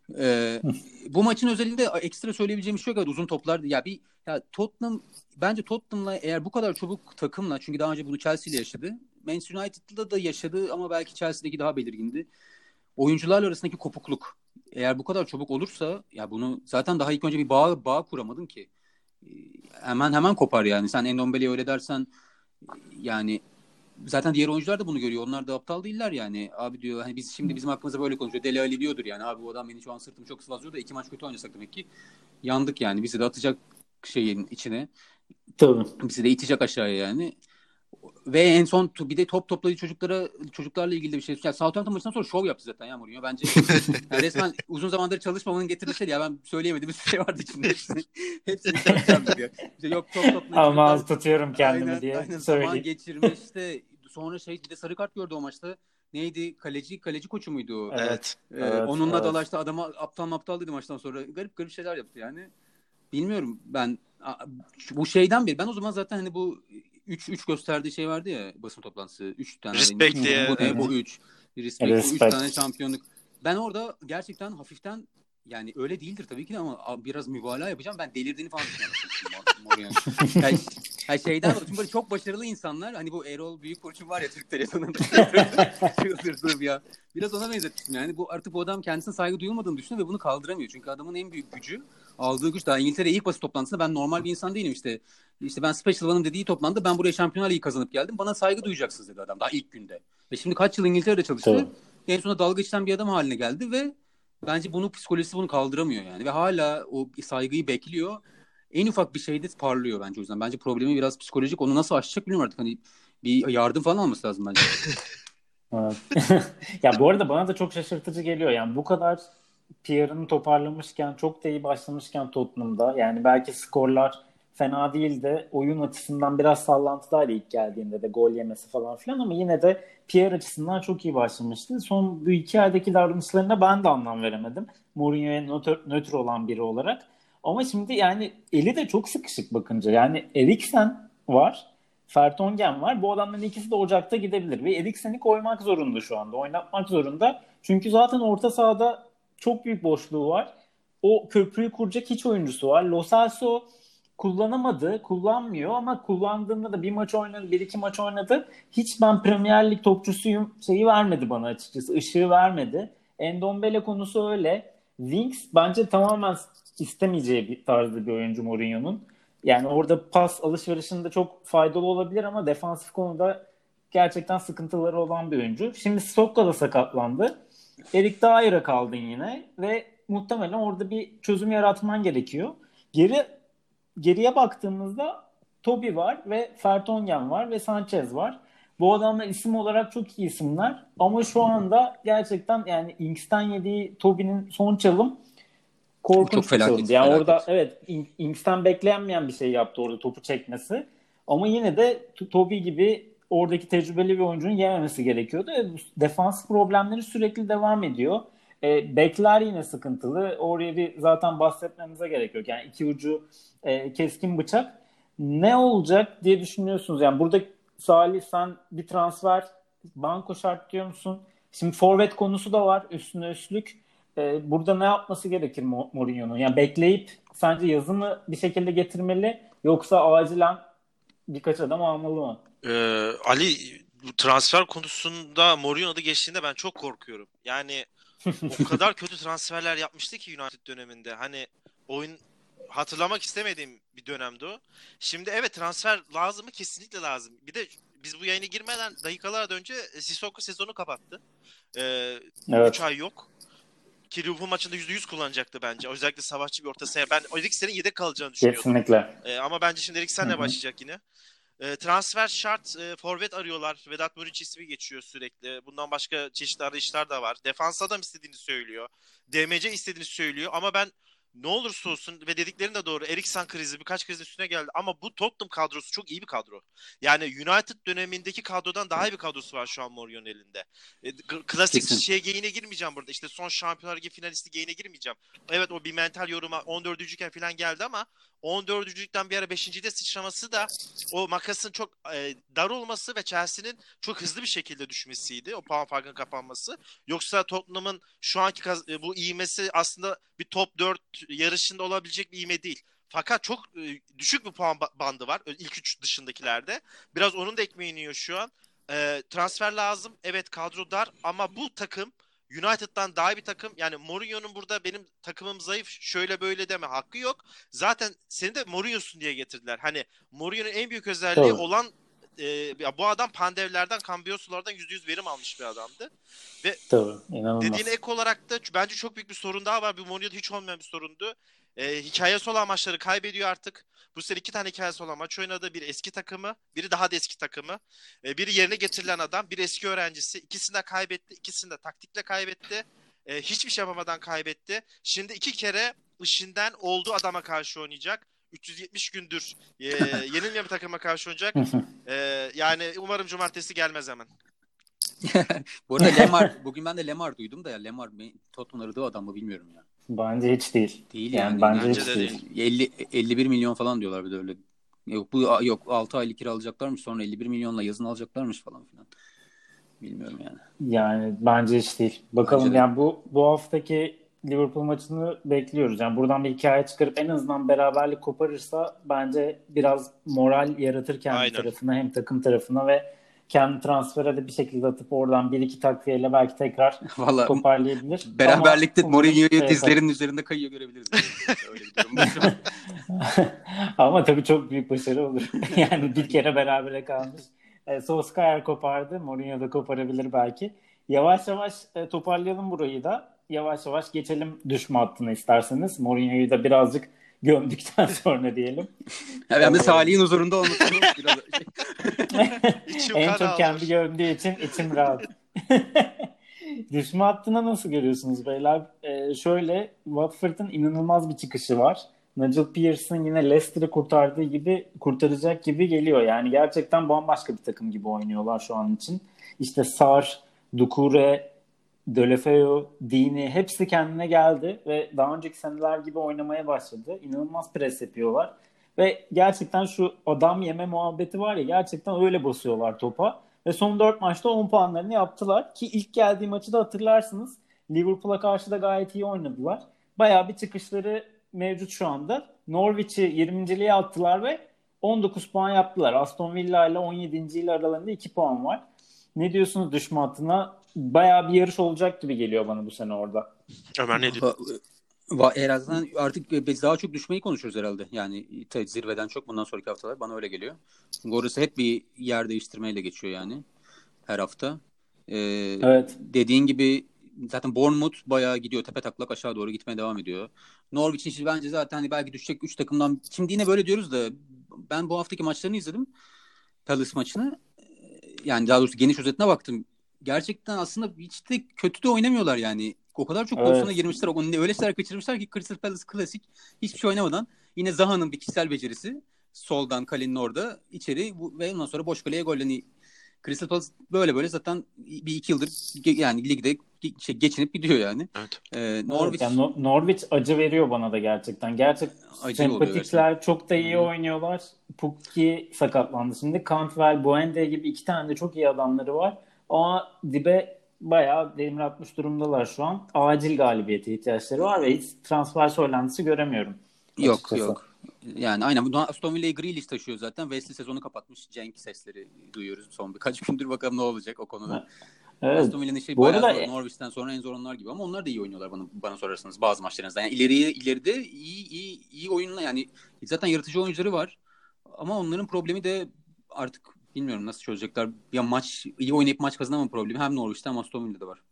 Bu maçın özelinde ekstra söyleyebileceğim bir şey yok. Evet, uzun toplar. Tottenham, bence Tottenham'la eğer bu kadar çabuk takımla, çünkü daha önce bunu Chelsea ile yaşadı. Manchester United'la da yaşadı ama belki Chelsea'deki daha belirgindi. Oyuncularla arasındaki kopukluk eğer bu kadar çabuk olursa, ya bunu zaten daha ilk önce bir bağ kuramadın ki. Hemen kopar yani. Sen Endombele'ye öyle dersen yani zaten diğer oyuncular da bunu görüyor. Onlar da aptal değiller yani. Abi diyor hani bizim hakkımızda böyle konuşuyor. Dele Alli diyordur yani. Abi bu adam beni şu an sırtımı çok sıvazlıyor da 2 maç kötü oynasak demek ki yandık yani. Bizi de atacak şeyin içine. Tabii. Bizi de itecek aşağıya yani. Ve en son bir de topladığı çocuklarla ilgili de bir şey. Yani Southampton maçından sonra şov yaptı zaten ya Mourinho. Bence yani resmen uzun zamandır çalışmamanın getirdiği şey ya, ben söyleyemediğim bir şey vardı içinde. Hepsini söyleyeceğim diyor. İşte yok topladığı ama az tutuyorum kendimi diye söyleyeyim. Zaman geçirmiş işte. Sonra bir de sarı kart gördü o maçta. Neydi? Kaleci koçu muydu o? Evet. Onunla dalaştı. Adama aptal dedi maçtan sonra. Garip şeyler yaptı yani. Bilmiyorum ben bu şeyden beri. Ben o zaman zaten hani bu 3 gösterdiği şey vardı ya, basın toplantısı. 3 tane. Respect diye. Bu 3. Respect. Bu 3 tane şampiyonluk. Ben orada gerçekten hafiften, yani öyle değildir tabii ki de ama biraz mübalağa yapacağım. Ben delirdiğini falan düşünüyorum. Şeyden dolayı. Çünkü böyle çok başarılı insanlar, hani bu Erol Büyükburç'un var ya Türk televizyonunda çıldırdım ya. Biraz ona benzettim yani. Artık bu adam kendisine saygı duyulmadığını düşünüyor ve bunu kaldıramıyor. Çünkü adamın en büyük gücü, aldığı güç, daha İngiltere ilk basın toplantısında ben normal bir insan değilim işte ben Special One'ım dediği toplantıda ben buraya Şampiyonlar Ligi kazanıp geldim. Bana saygı duyacaksınız dedi adam daha ilk günde. Ve şimdi kaç yıl İngiltere'de çalıştı. Tabii. en sonunda dalga geçen bir adam haline geldi ve bence psikolojisi bunu kaldıramıyor yani. Ve hala o saygıyı bekliyor. En ufak bir şeyde parlıyor bence o yüzden. Bence problemi biraz psikolojik. Onu nasıl aşacak bilmiyorum artık. Hani bir yardım falan alması lazım bence. Evet. Ya bu arada bana da çok şaşırtıcı geliyor. Yani bu kadar PR'ını toparlamışken, çok da iyi başlamışken Tottenham'da, yani belki skorlar fena değil de oyun açısından biraz sallantıdaydı ilk geldiğinde de, gol yemesi falan filan, ama yine de PR açısından çok iyi başlamıştı. Son bu 2 aydaki davranışlarına ben de anlam veremedim. Mourinho'ya nötr olan biri olarak. Ama şimdi yani eli de çok sıkışık bakınca. Yani Eriksen var. Vertonghen var. Bu adamların ikisi de Ocak'ta gidebilir. Ve Eriksen'i koymak zorunda şu anda. Oynatmak zorunda. Çünkü zaten orta sahada çok büyük boşluğu var. O köprüyü kuracak hiç oyuncusu var. Lo Celso kullanamadı, kullanmıyor, ama kullandığında da bir maç oynadı, bir iki maç oynadı. Hiç ben Premier Lig topçusuyum şeyi vermedi bana açıkçası. Işığı vermedi. Endombele konusu öyle. Winks bence tamamen istemeyeceği bir tarzda bir oyuncu Mourinho'nun. Yani orada pas alışverişinde çok faydalı olabilir ama defansif konuda gerçekten sıkıntıları olan bir oyuncu. Şimdi Stokka da sakatlandı. Erik Dier'a kaldın yine ve muhtemelen orada bir çözüm yaratman gerekiyor. Geriye baktığımızda Toby var ve Vertonghen var ve Sanchez var. Bu adamlar isim olarak çok iyi isimler ama şu anda gerçekten yani Inks'ten yediği Toby'nin son çalım Çok korkunç bir felaket, çalımdı. Yani felaket. orada evet Inks'ten beklenmeyen bir şey yaptı orada, topu çekmesi. Ama yine de Toby gibi oradaki tecrübeli bir oyuncunun yememesi gerekiyordu. Defans problemleri sürekli devam ediyor. Bekler yine sıkıntılı. Oraya bir zaten bahsetmemize gerek yok. Yani iki ucu keskin bıçak. Ne olacak diye düşünüyorsunuz? Yani burada Salih, sen bir transfer banko şart diyor musun? Şimdi forvet konusu da var, üstüne üstlük. Burada ne yapması gerekir Mourinho'nun? Yani bekleyip sence yazı mı bir şekilde getirmeli, yoksa acilen birkaç adam almalı mı? Ali, bu transfer konusunda Mourinho adı geçtiğinde ben çok korkuyorum. Yani o kadar kötü transferler yapmıştı ki United döneminde. Hani oyun hatırlamak istemediğim bir dönemdi o. Şimdi evet, transfer lazım mı? Kesinlikle lazım. Bir de biz bu yayına girmeden dakikalar önce Sissoko sezonu kapattı. 3 Evet. ay yok. Ki Liverpool maçında %100 kullanacaktı bence. Özellikle savaşçı bir orta saha. Ben Eriksen'in yedek kalacağını düşünüyordum. Kesinlikle. Ama bence şimdi Eriksen'le Hı-hı. başlayacak yine. Transfer şart. Forvet arıyorlar. Vedat Muriç ismi geçiyor sürekli. Bundan başka çeşitli arayışlar da var. Defans adam istediğini söylüyor. DMC istediğini söylüyor. Ama ben ne olursa olsun, ve dediklerin de doğru, Eriksen krizi birkaç krizin üstüne geldi. Ama bu Tottenham kadrosu çok iyi bir kadro. Yani United dönemindeki kadrodan daha iyi bir kadrosu var şu an Mourinho'nun elinde. Klasik Kesin. geyine girmeyeceğim burada. İşte son Şampiyonlar Ligi finalisti geyine girmeyeceğim. Evet, o bir mental yoruma 14. falan geldi ama 14.lükten bir ara 5.de sıçraması da o makasın çok dar olması ve Chelsea'nin çok hızlı bir şekilde düşmesiydi. O puan farkının kapanması. Yoksa Tottenham'ın şu anki bu ivmesi aslında bir top 4 yarışında olabilecek bir ivme değil. Fakat çok düşük bir puan bandı var ilk 3 dışındakilerde. Biraz onun da ekmeğini yiyor şu an. Transfer lazım. Evet, kadro dar ama bu takım United'dan daha iyi bir takım. Yani Mourinho'nun burada benim takımım zayıf şöyle böyle deme hakkı yok. Zaten seni de Mourinho'sun diye getirdiler. Hani Mourinho'nun en büyük özelliği Tabii. olan bu adam Pandevler'den, Cambios'lardan %100 verim almış bir adamdı. Ve Tabii. İnanılmaz. dediğine ek olarak da bence çok büyük bir sorun daha var. Bu Mourinho'da hiç olmayan bir sorundu. Hikayesi olan maçları kaybediyor artık. Bu sene 2 tane hikayesi olan maç oynadı. Biri eski takımı, biri daha da eski takımı. Biri yerine getirilen adam, biri eski öğrencisi. İkisini de kaybetti. İkisini de taktikle kaybetti. Hiçbir şey yapamadan kaybetti. Şimdi 2 kere işinden olduğu adama karşı oynayacak. 370 gündür yenilmeyen bir takıma karşı oynayacak. Yani umarım cumartesi gelmez hemen. Bu arada Lemar, bugün ben de Lemar duydum da ya, Lemar Tottenham aradığı adam mı bilmiyorum ya. Bence hiç değil. Değil Yani yani. bence Bence hiç de değil. 51 milyon falan diyorlar bir de öyle. Yok 6 aylık kira alacaklarmış, sonra 51 milyonla yazın alacaklarmış falan filan. Bilmiyorum yani. Yani bence hiç değil. Bakalım Bence de. yani bu haftaki Liverpool maçını bekliyoruz. Yani buradan bir hikaye çıkarıp en azından beraberlik koparırsa bence biraz moral yaratır kendi Aynen. tarafına, hem takım tarafına ve kendi transfere de bir şekilde atıp oradan bir iki takviyeyle belki tekrar Vallahi toparlayabilir. beraberlikte Ama umarım Mourinho'yu şey dizlerinin üzerinde kayıyor görebiliriz. Öyle bir durum var şu an. Ama tabii çok büyük başarı olur. Yani bir kere berabere kalmış. Solskjaer kopardı. Mourinho da koparabilir belki. Yavaş yavaş toparlayalım burayı da. Yavaş yavaş geçelim düşme hattına isterseniz. Mourinho'yu da birazcık gömdükten sonra diyelim. Ya ben de Salih'in huzurunda olmasını biraz İçim En kan çok kendi ağlıyor. gömdüğü için içim rahat. Düşme hattına nasıl görüyorsunuz beyler? Şöyle Watford'un inanılmaz bir çıkışı var. Nigel Pearson yine Leicester'ı kurtardığı gibi kurtaracak gibi geliyor. Yani gerçekten bambaşka bir takım gibi oynuyorlar şu an için. İşte Sarr, Doucouré, Deulofeu, Dini hepsi kendine geldi ve daha önceki seneler gibi oynamaya başladı. İnanılmaz pres yapıyorlar. Ve gerçekten şu adam yeme muhabbeti var ya, gerçekten öyle basıyorlar topa. Ve son 4 maçta 10 puanlarını yaptılar. Ki ilk geldiği maçı da hatırlarsınız. Liverpool'a karşı da gayet iyi oynadılar. Bayağı bir çıkışları mevcut şu anda. Norwich'i 20.liğe attılar ve 19 puan yaptılar. Aston Villa ile 17. ile aralarında 2 puan var. Ne diyorsunuz düşme hattına? Bayağı bir yarış olacak gibi geliyor bana bu sene orada. Ömer ne diyor? Herhalde artık biz daha çok düşmeyi konuşuyoruz herhalde. Yani zirveden çok bundan sonraki haftalar bana öyle geliyor. Çünkü orası hep bir yer değiştirmeyle geçiyor yani her hafta. Evet. Dediğin gibi zaten Bournemouth bayağı gidiyor. Tepe taklak aşağı doğru gitmeye devam ediyor. Norwich için bence zaten hani belki düşecek 3 takımdan. Şimdi yine böyle diyoruz da ben bu haftaki maçlarını izledim. Palace maçını. Yani daha doğrusu geniş özetine baktım. Gerçekten aslında hiç de kötü de oynamıyorlar yani. O kadar çok pozisyona Evet. girmişler. Öyle şeyler kaçırmışlar ki Crystal Palace klasik hiçbir şey oynamadan yine Zaha'nın bir kişisel becerisi soldan kalenin orada içeri ve ondan sonra boş kaleye gollerini Crystal Palace böyle zaten bir iki yıldır yani ligde geçinip gidiyor yani. Evet. Norwich Evet, yani Norwich acı veriyor bana da gerçekten. acı oluyor Sempatikler, çok da iyi Hı-hı. oynuyorlar. Pukki sakatlandı şimdi. Cantwell, Buende gibi 2 tane de çok iyi adamları var. Ama dibe bayağı demir atmış durumdalar şu an. Acil galibiyete ihtiyaçları var ve hiç transfer söylentisi göremiyorum açıkçası. Yok. Yani aynen. Aston Villa'yı Grealish taşıyor zaten. Wesley sezonu kapatmış. Cenk sesleri duyuyoruz son birkaç gündür. Bakalım ne olacak o konuda. Evet. Aston Villa'nın işi bayağı zor. Norwich'ten sonra en zor onlar gibi. Ama onlar da iyi oynuyorlar bana sorarsanız bazı maçlarınızda. Yani ileride iyi oyunla yani zaten yaratıcı oyuncuları var. Ama onların problemi de artık bilmiyorum nasıl çözecekler. Ya iyi oynayıp maç kazanama problemi hem Norwich'te hem Aston Villa'da var.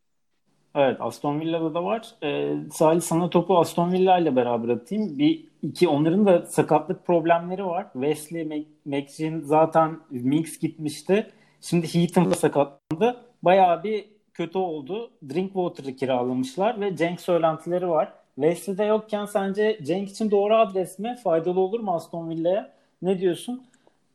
Evet, Aston Villa'da da var. Salih, sana topu Aston Villa ile beraber atayım. Onların da sakatlık problemleri var. Wesley, McGinn zaten Minks gitmişti. Şimdi Heaton da sakatlandı. Bayağı bir kötü oldu. Drinkwater'ı kiralamışlar ve Cenk söylentileri var. Wesley de yokken sence Cenk için doğru adres mi? Faydalı olur mu Aston Villa'ya? Ne diyorsun?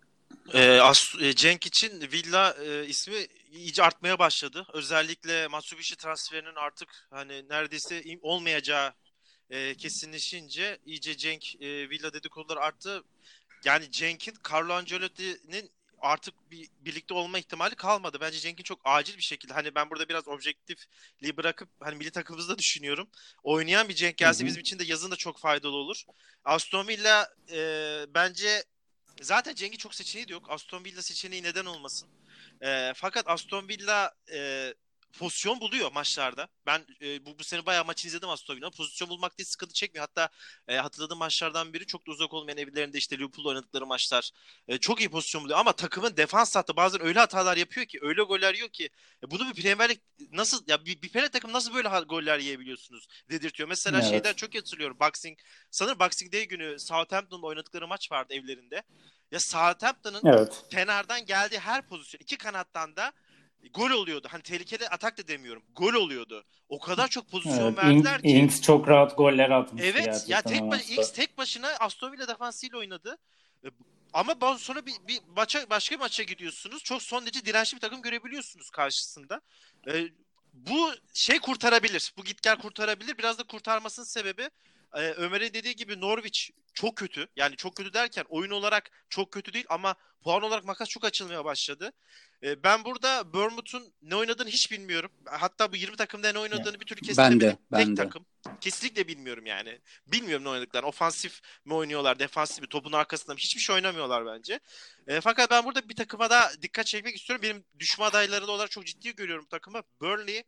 Cenk için Villa ismi iyice artmaya başladı. Özellikle Matsubishi transferinin artık hani neredeyse olmayacağı kesinleşince iyice Cenk Villa dedikoduları arttı. Yani Cenk'in Carlo Ancelotti'nin artık birlikte olma ihtimali kalmadı. Bence Cenk'in çok acil bir şekilde hani ben burada biraz objektifliği bırakıp hani milli takımımızda düşünüyorum. Oynayan bir Cenk gelse bizim için de yazın da çok faydalı olur. Aston Villa bence zaten Cenk'in çok seçeneği de yok. Aston Villa seçeneği neden olmasın? Fakat Aston Villa pozisyon buluyor maçlarda. Ben bu sene bayağı maç izledim Aston Villa'nın. Pozisyon bulmak değil sıkıntı çekmiyor. Hatta hatırladığım maçlardan biri çok da uzak olmayan evlerinde işte Liverpool'la oynadıkları maçlar. Çok iyi pozisyon buluyor ama takımın defans hattı bazen öyle hatalar yapıyor ki öyle goller yiyor ki bunu bir Premier Lig nasıl ya bir Premier takım nasıl böyle goller yiyebiliyorsunuz dedirtiyor. Mesela şeyden çok hatırlıyorum. Sanırım Boxing Day günü Southampton'la oynadıkları maç vardı evlerinde. Ya Southampton'ın kenardan geldiği her pozisyon iki kanattan da gol oluyordu. Hani tehlikeli atak da demiyorum. Gol oluyordu. O kadar çok pozisyon verdiler ki. Ings çok rahat goller atmıştı evet, gerçekten. Ya Ings tek başına Aston Villa defansıyla oynadı. Ama sonra bir başka maça gidiyorsunuz. Çok son derece dirençli bir takım görebiliyorsunuz karşısında. Bu kurtarabilir. Bu git gel kurtarabilir. Biraz da kurtarmasının sebebi Ömer'in dediği gibi Norwich çok kötü. Yani çok kötü derken oyun olarak çok kötü değil ama puan olarak makas çok açılmaya başladı. Ben burada Bournemouth'un ne oynadığını hiç bilmiyorum. Hatta bu 20 takımda ne oynadığını bir türlü kestiremedim. Tek takım. Kesinlikle bilmiyorum yani. Bilmiyorum ne oynadıklarını. Ofansif mi oynuyorlar, defansif mi, topun arkasında mı? Hiçbir şey oynamıyorlar bence. Fakat ben burada bir takıma da dikkat çekmek istiyorum. Benim düşme adayları olarak çok ciddi görüyorum takımı. Burnley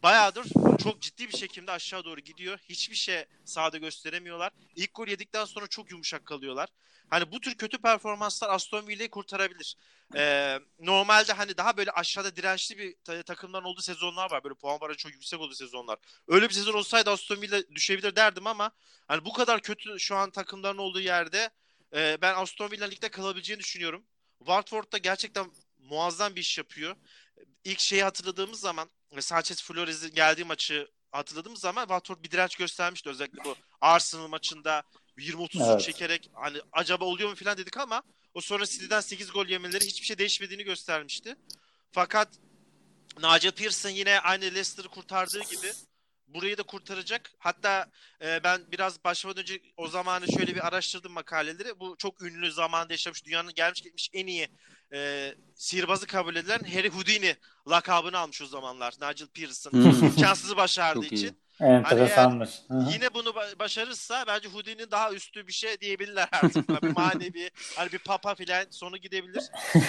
bayağıdır çok ciddi bir şekilde aşağı doğru gidiyor. Hiçbir şey sahada gösteremiyorlar. İlk gol yedikten sonra çok yumuşak kalıyorlar. Hani bu tür kötü performanslar Aston Villa'yı kurtarabilir. Normalde hani daha böyle aşağıda dirençli bir takımların olduğu sezonlar var. Böyle puan barajı çok yüksek olduğu sezonlar. Öyle bir sezon olsaydı Aston Villa düşebilir derdim ama hani bu kadar kötü şu an takımların olduğu yerde ben Aston Villa ligde kalabileceğini düşünüyorum. Watford da gerçekten muazzam bir iş yapıyor. İlk şeyi hatırladığımız zaman Sanchez Flores'in geldiği maçı hatırladığımız zaman Watford bir direnç göstermişti. Özellikle bu Arsenal maçında 20-30 şut çekerek hani acaba oluyor mu falan dedik ama o sonra City'den 8 gol yemeleri hiçbir şey değişmediğini göstermişti. Fakat Nigel Pearson yine aynı Leicester'ı kurtardığı gibi burayı da kurtaracak. Hatta ben biraz başlamadan önce o zamanı şöyle bir araştırdım makaleleri. Bu çok ünlü zamanda yaşamış, dünyanın gelmiş gitmiş en iyi sihirbazı kabul edilen Harry Houdini lakabını almış o zamanlar. Nigel Pearson imkansızı başardığı için. Enteresanmış. Hani yine bunu başarırsa bence Houdini'nin daha üstü bir şey diyebilirler artık. Bir manevi, hani bir papa filan sonu gidebilir.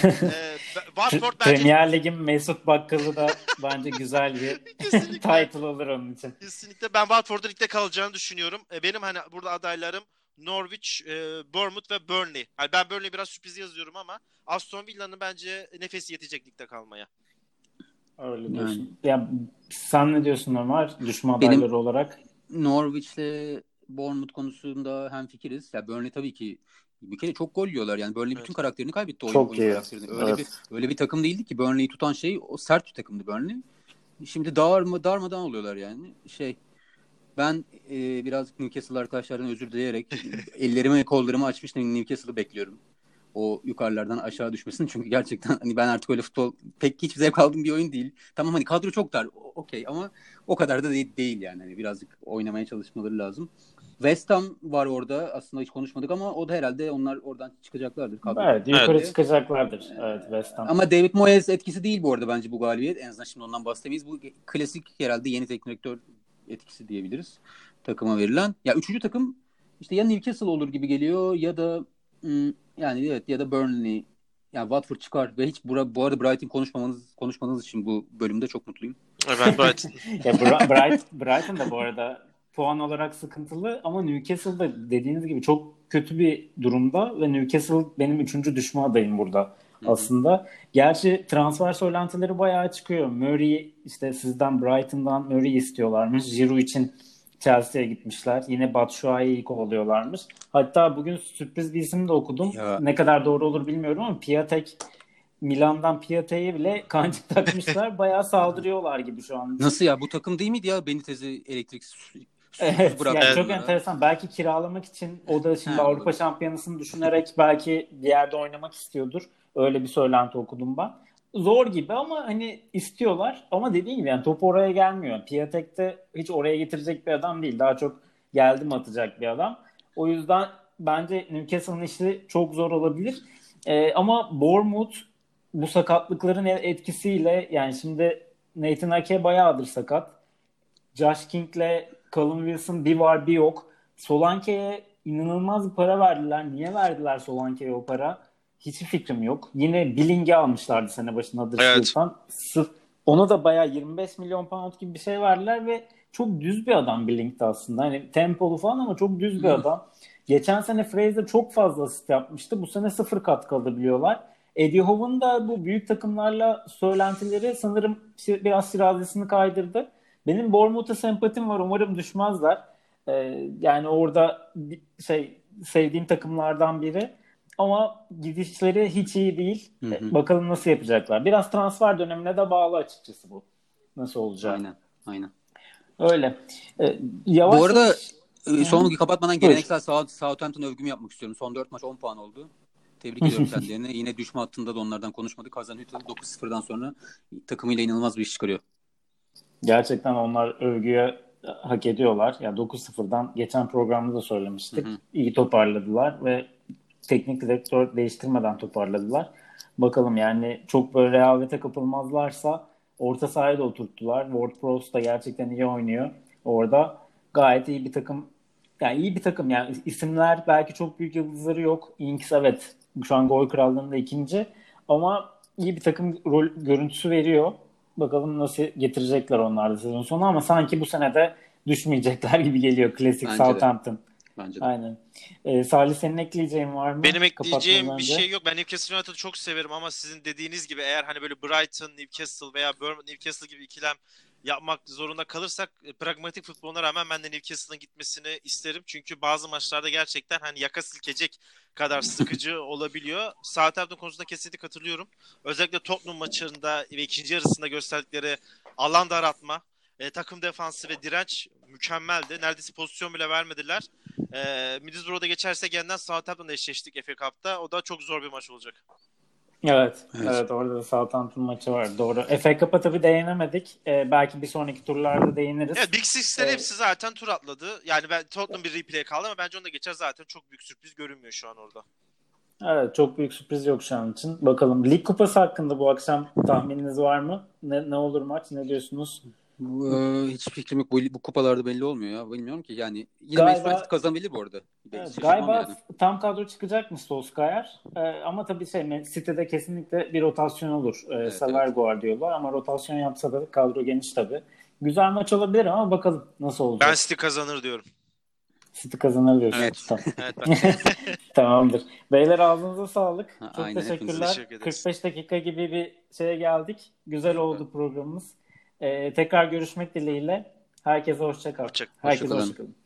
Watford bence... Premier Lig'in Mesut Bakkal'ı da bence güzel bir title olur onun için. Kesinlikle. Ben Watford'un ligde kalacağını düşünüyorum. Benim hani burada adaylarım Norwich, Bournemouth ve Burnley. Yani ben Burnley'i biraz sürpriz yazıyorum ama Aston Villa'nın bence nefesi yetecek ligde kalmaya. Öyle diyorsun. Ya sen ne diyorsun Ömer? Düşme adayları olarak. Norwich'le Bournemouth konusunda hemfikiriz. Ya Burnley tabii ki bir kere çok gol yiyorlar. Yani Burnley bütün karakterini kaybetti. Çok iyi. Öyle bir takım değildi ki. Burnley'i tutan şey o sert bir takımdı Burnley. Şimdi darmadan oluyorlar yani. Ben birazcık Newcastle arkadaşlardan özür dileyerek ellerimi kollarımı açmıştım. Newcastle'ı bekliyorum. O yukarılardan aşağı düşmesin. Çünkü gerçekten hani ben artık öyle futbol pek hiç zevk aldığım bir oyun değil. Tamam hani kadro çok dar. Okey ama o kadar da değil yani. Hani birazcık oynamaya çalışmaları lazım. West Ham var orada. Aslında hiç konuşmadık ama o da herhalde onlar oradan çıkacaklardır. Evet, yukarı çıkacaklardır. Evet, West Ham. Ama David Moyes etkisi değil bu arada bence bu galibiyet. En azından şimdi ondan bahsedemeyiz. Bu klasik herhalde yeni teknik direktör etkisi diyebiliriz takıma verilen. Ya üçüncü takım işte ya Newcastle olur gibi geliyor ya da yani evet ya da Burnley. Yani Watford çıkar ve hiç bu arada Brighton konuşmanız için bu bölümde çok mutluyum. Ben Brighton. Brighton da bu arada puan olarak sıkıntılı ama Newcastle'da dediğiniz gibi çok kötü bir durumda ve Newcastle benim 3. düşme adayım burada aslında. Gerçi transfer söylentileri bayağı çıkıyor. Murray işte sizden Brighton'dan Murray istiyorlarmış. Giroud için Chelsea'ye gitmişler. Yine Batshuayi'yi kovalıyorlarmış. Hatta bugün sürpriz bir isim de okudum. Ya. Ne kadar doğru olur bilmiyorum ama Piatek Milan'dan Piatek'e bile kancık takmışlar. Bayağı saldırıyorlar gibi şu an. Nasıl ya? Bu takım değil miydi ya? Benitez'i elektriksiz evet, yani çok enteresan. Belki kiralamak için o da şimdi Avrupa Şampiyonası'nı düşünerek belki bir yerde oynamak istiyordur. Öyle bir söylenti okudum ben. Zor gibi ama hani istiyorlar. Ama dediğim gibi yani top oraya gelmiyor. Piatek de hiç oraya getirecek bir adam değil. Daha çok geldim atacak bir adam. O yüzden bence Newcastle'ın işi çok zor olabilir. Ama Bournemouth bu sakatlıkların etkisiyle yani şimdi Nathan Ake bayağıdır sakat. Josh King'le Callum Wilson bir var bir yok. Solanke'ye inanılmaz bir para verdiler. Niye verdiler Solanke'ye o para? Hiçbir fikrim yok. Yine Billing'i almışlardı sene başında Huddersfield'dan. Sırf ona da bayağı 25 milyon pound gibi bir şey verdiler ve çok düz bir adam Billing'de aslında. Hani tempolu falan ama çok düz bir adam. Geçen sene Fraser çok fazla asist yapmıştı. Bu sene 0 katkı alabiliyorlar. Eddie Howe'un da bu büyük takımlarla söylentileri sanırım biraz şirazesini kaydırdı. Benim Bournemouth'a sempatim var. Umarım düşmezler. Yani orada sevdiğim takımlardan biri. Ama gidişleri hiç iyi değil. Bakalım nasıl yapacaklar. Biraz transfer dönemine de bağlı açıkçası bu. Nasıl olacak? Aynen. Öyle. Bu arada son kapatmadan geleneksel Southampton övgümü yapmak istiyorum. Son 4 maç 10 puan oldu. Tebrik ediyorum kendilerini. Yine düşme hattında da onlardan konuşmadık. Hazenhüttl 9-0'dan sonra takımıyla inanılmaz bir iş çıkarıyor. Gerçekten onlar övgüye hak ediyorlar. Ya 9-0'dan geçen programda da söylemiştik. İyi toparladılar ve teknik direktör değiştirmeden toparladılar. Bakalım yani çok böyle rehavete kapılmazlarsa orta sahaya da oturttular. Ward-Prowse da gerçekten iyi oynuyor. Orada gayet iyi bir takım. Yani iyi bir takım. Yani isimler belki çok büyük yıldızları yok. Inks evet şu an gol krallığında 2. ama iyi bir takım rol görüntüsü veriyor. Bakalım nasıl getirecekler onlar da sezon sonu, ama sanki bu sene de düşmeyecekler gibi geliyor. Klasik Bence de. Southampton. Bence de. Aynen. Salih, senin ekleyeceğin var mı? Benim Kapatmadan ekleyeceğim bir önce. şey yok. Ben Newcastle United'ı çok severim ama sizin dediğiniz gibi eğer hani böyle Brighton, Newcastle veya Bournemouth, Newcastle gibi ikilem yapmak zorunda kalırsak pragmatik futboluna rağmen ben de Newcastle'ın gitmesini isterim. Çünkü bazı maçlarda gerçekten hani yaka silkecek kadar sıkıcı olabiliyor. Southampton konusunda kesinlikle katılıyorum. Özellikle Tottenham maçlarında ve ikinci yarısında gösterdikleri alan daraltma, takım defansı ve direnç mükemmeldi. Neredeyse pozisyon bile vermediler. Middlesbrough'da geçersek yeniden Southampton'la eşleştik FA Cup'ta. O da çok zor bir maç olacak. Evet. Evet. Evet, orada da Southampton maçı var. Doğru. FA Cup'a tabii değinemedik. Belki bir sonraki turlarda değiniriz. Evet, Big Six'lerin hepsi zaten tur atladı. Yani ben Tottenham bir replay'e kaldı ama bence onu da geçer, zaten çok büyük sürpriz görünmüyor şu an orada. Evet, çok büyük sürpriz yok şu an için. Bakalım. Lig Kupası hakkında bu akşam tahmininiz var mı? Ne olur maç? Ne diyorsunuz? Hiç fikrim yok. Bu kupalarda belli olmuyor ya. Bilmiyorum ki yani. Yine Galiba- Manchester United kazanabilir bu arada. Evet, Şaşırmam galiba yani. tam kadro çıkacakmış Solskjaer. Ama tabii City'de kesinlikle bir rotasyon olur. Evet, Sever evet. Guardiola ama rotasyon yapsa da kadro geniş tabii. Güzel maç olabilir ama bakalım nasıl olacak. Ben City kazanır diyorum. City kazanır diyorsun. Evet. Tamam. Evet, ben Tamamdır. Beyler, ağzınıza sağlık. Çok Aynen, hepinize teşekkürler. teşekkür ederiz. 45 dakika gibi bir şeye geldik. Güzel oldu programımız. Tekrar görüşmek dileğiyle. Herkese hoşça kal. Hoşça- Herkese hoşça kalın. hoşça kalın.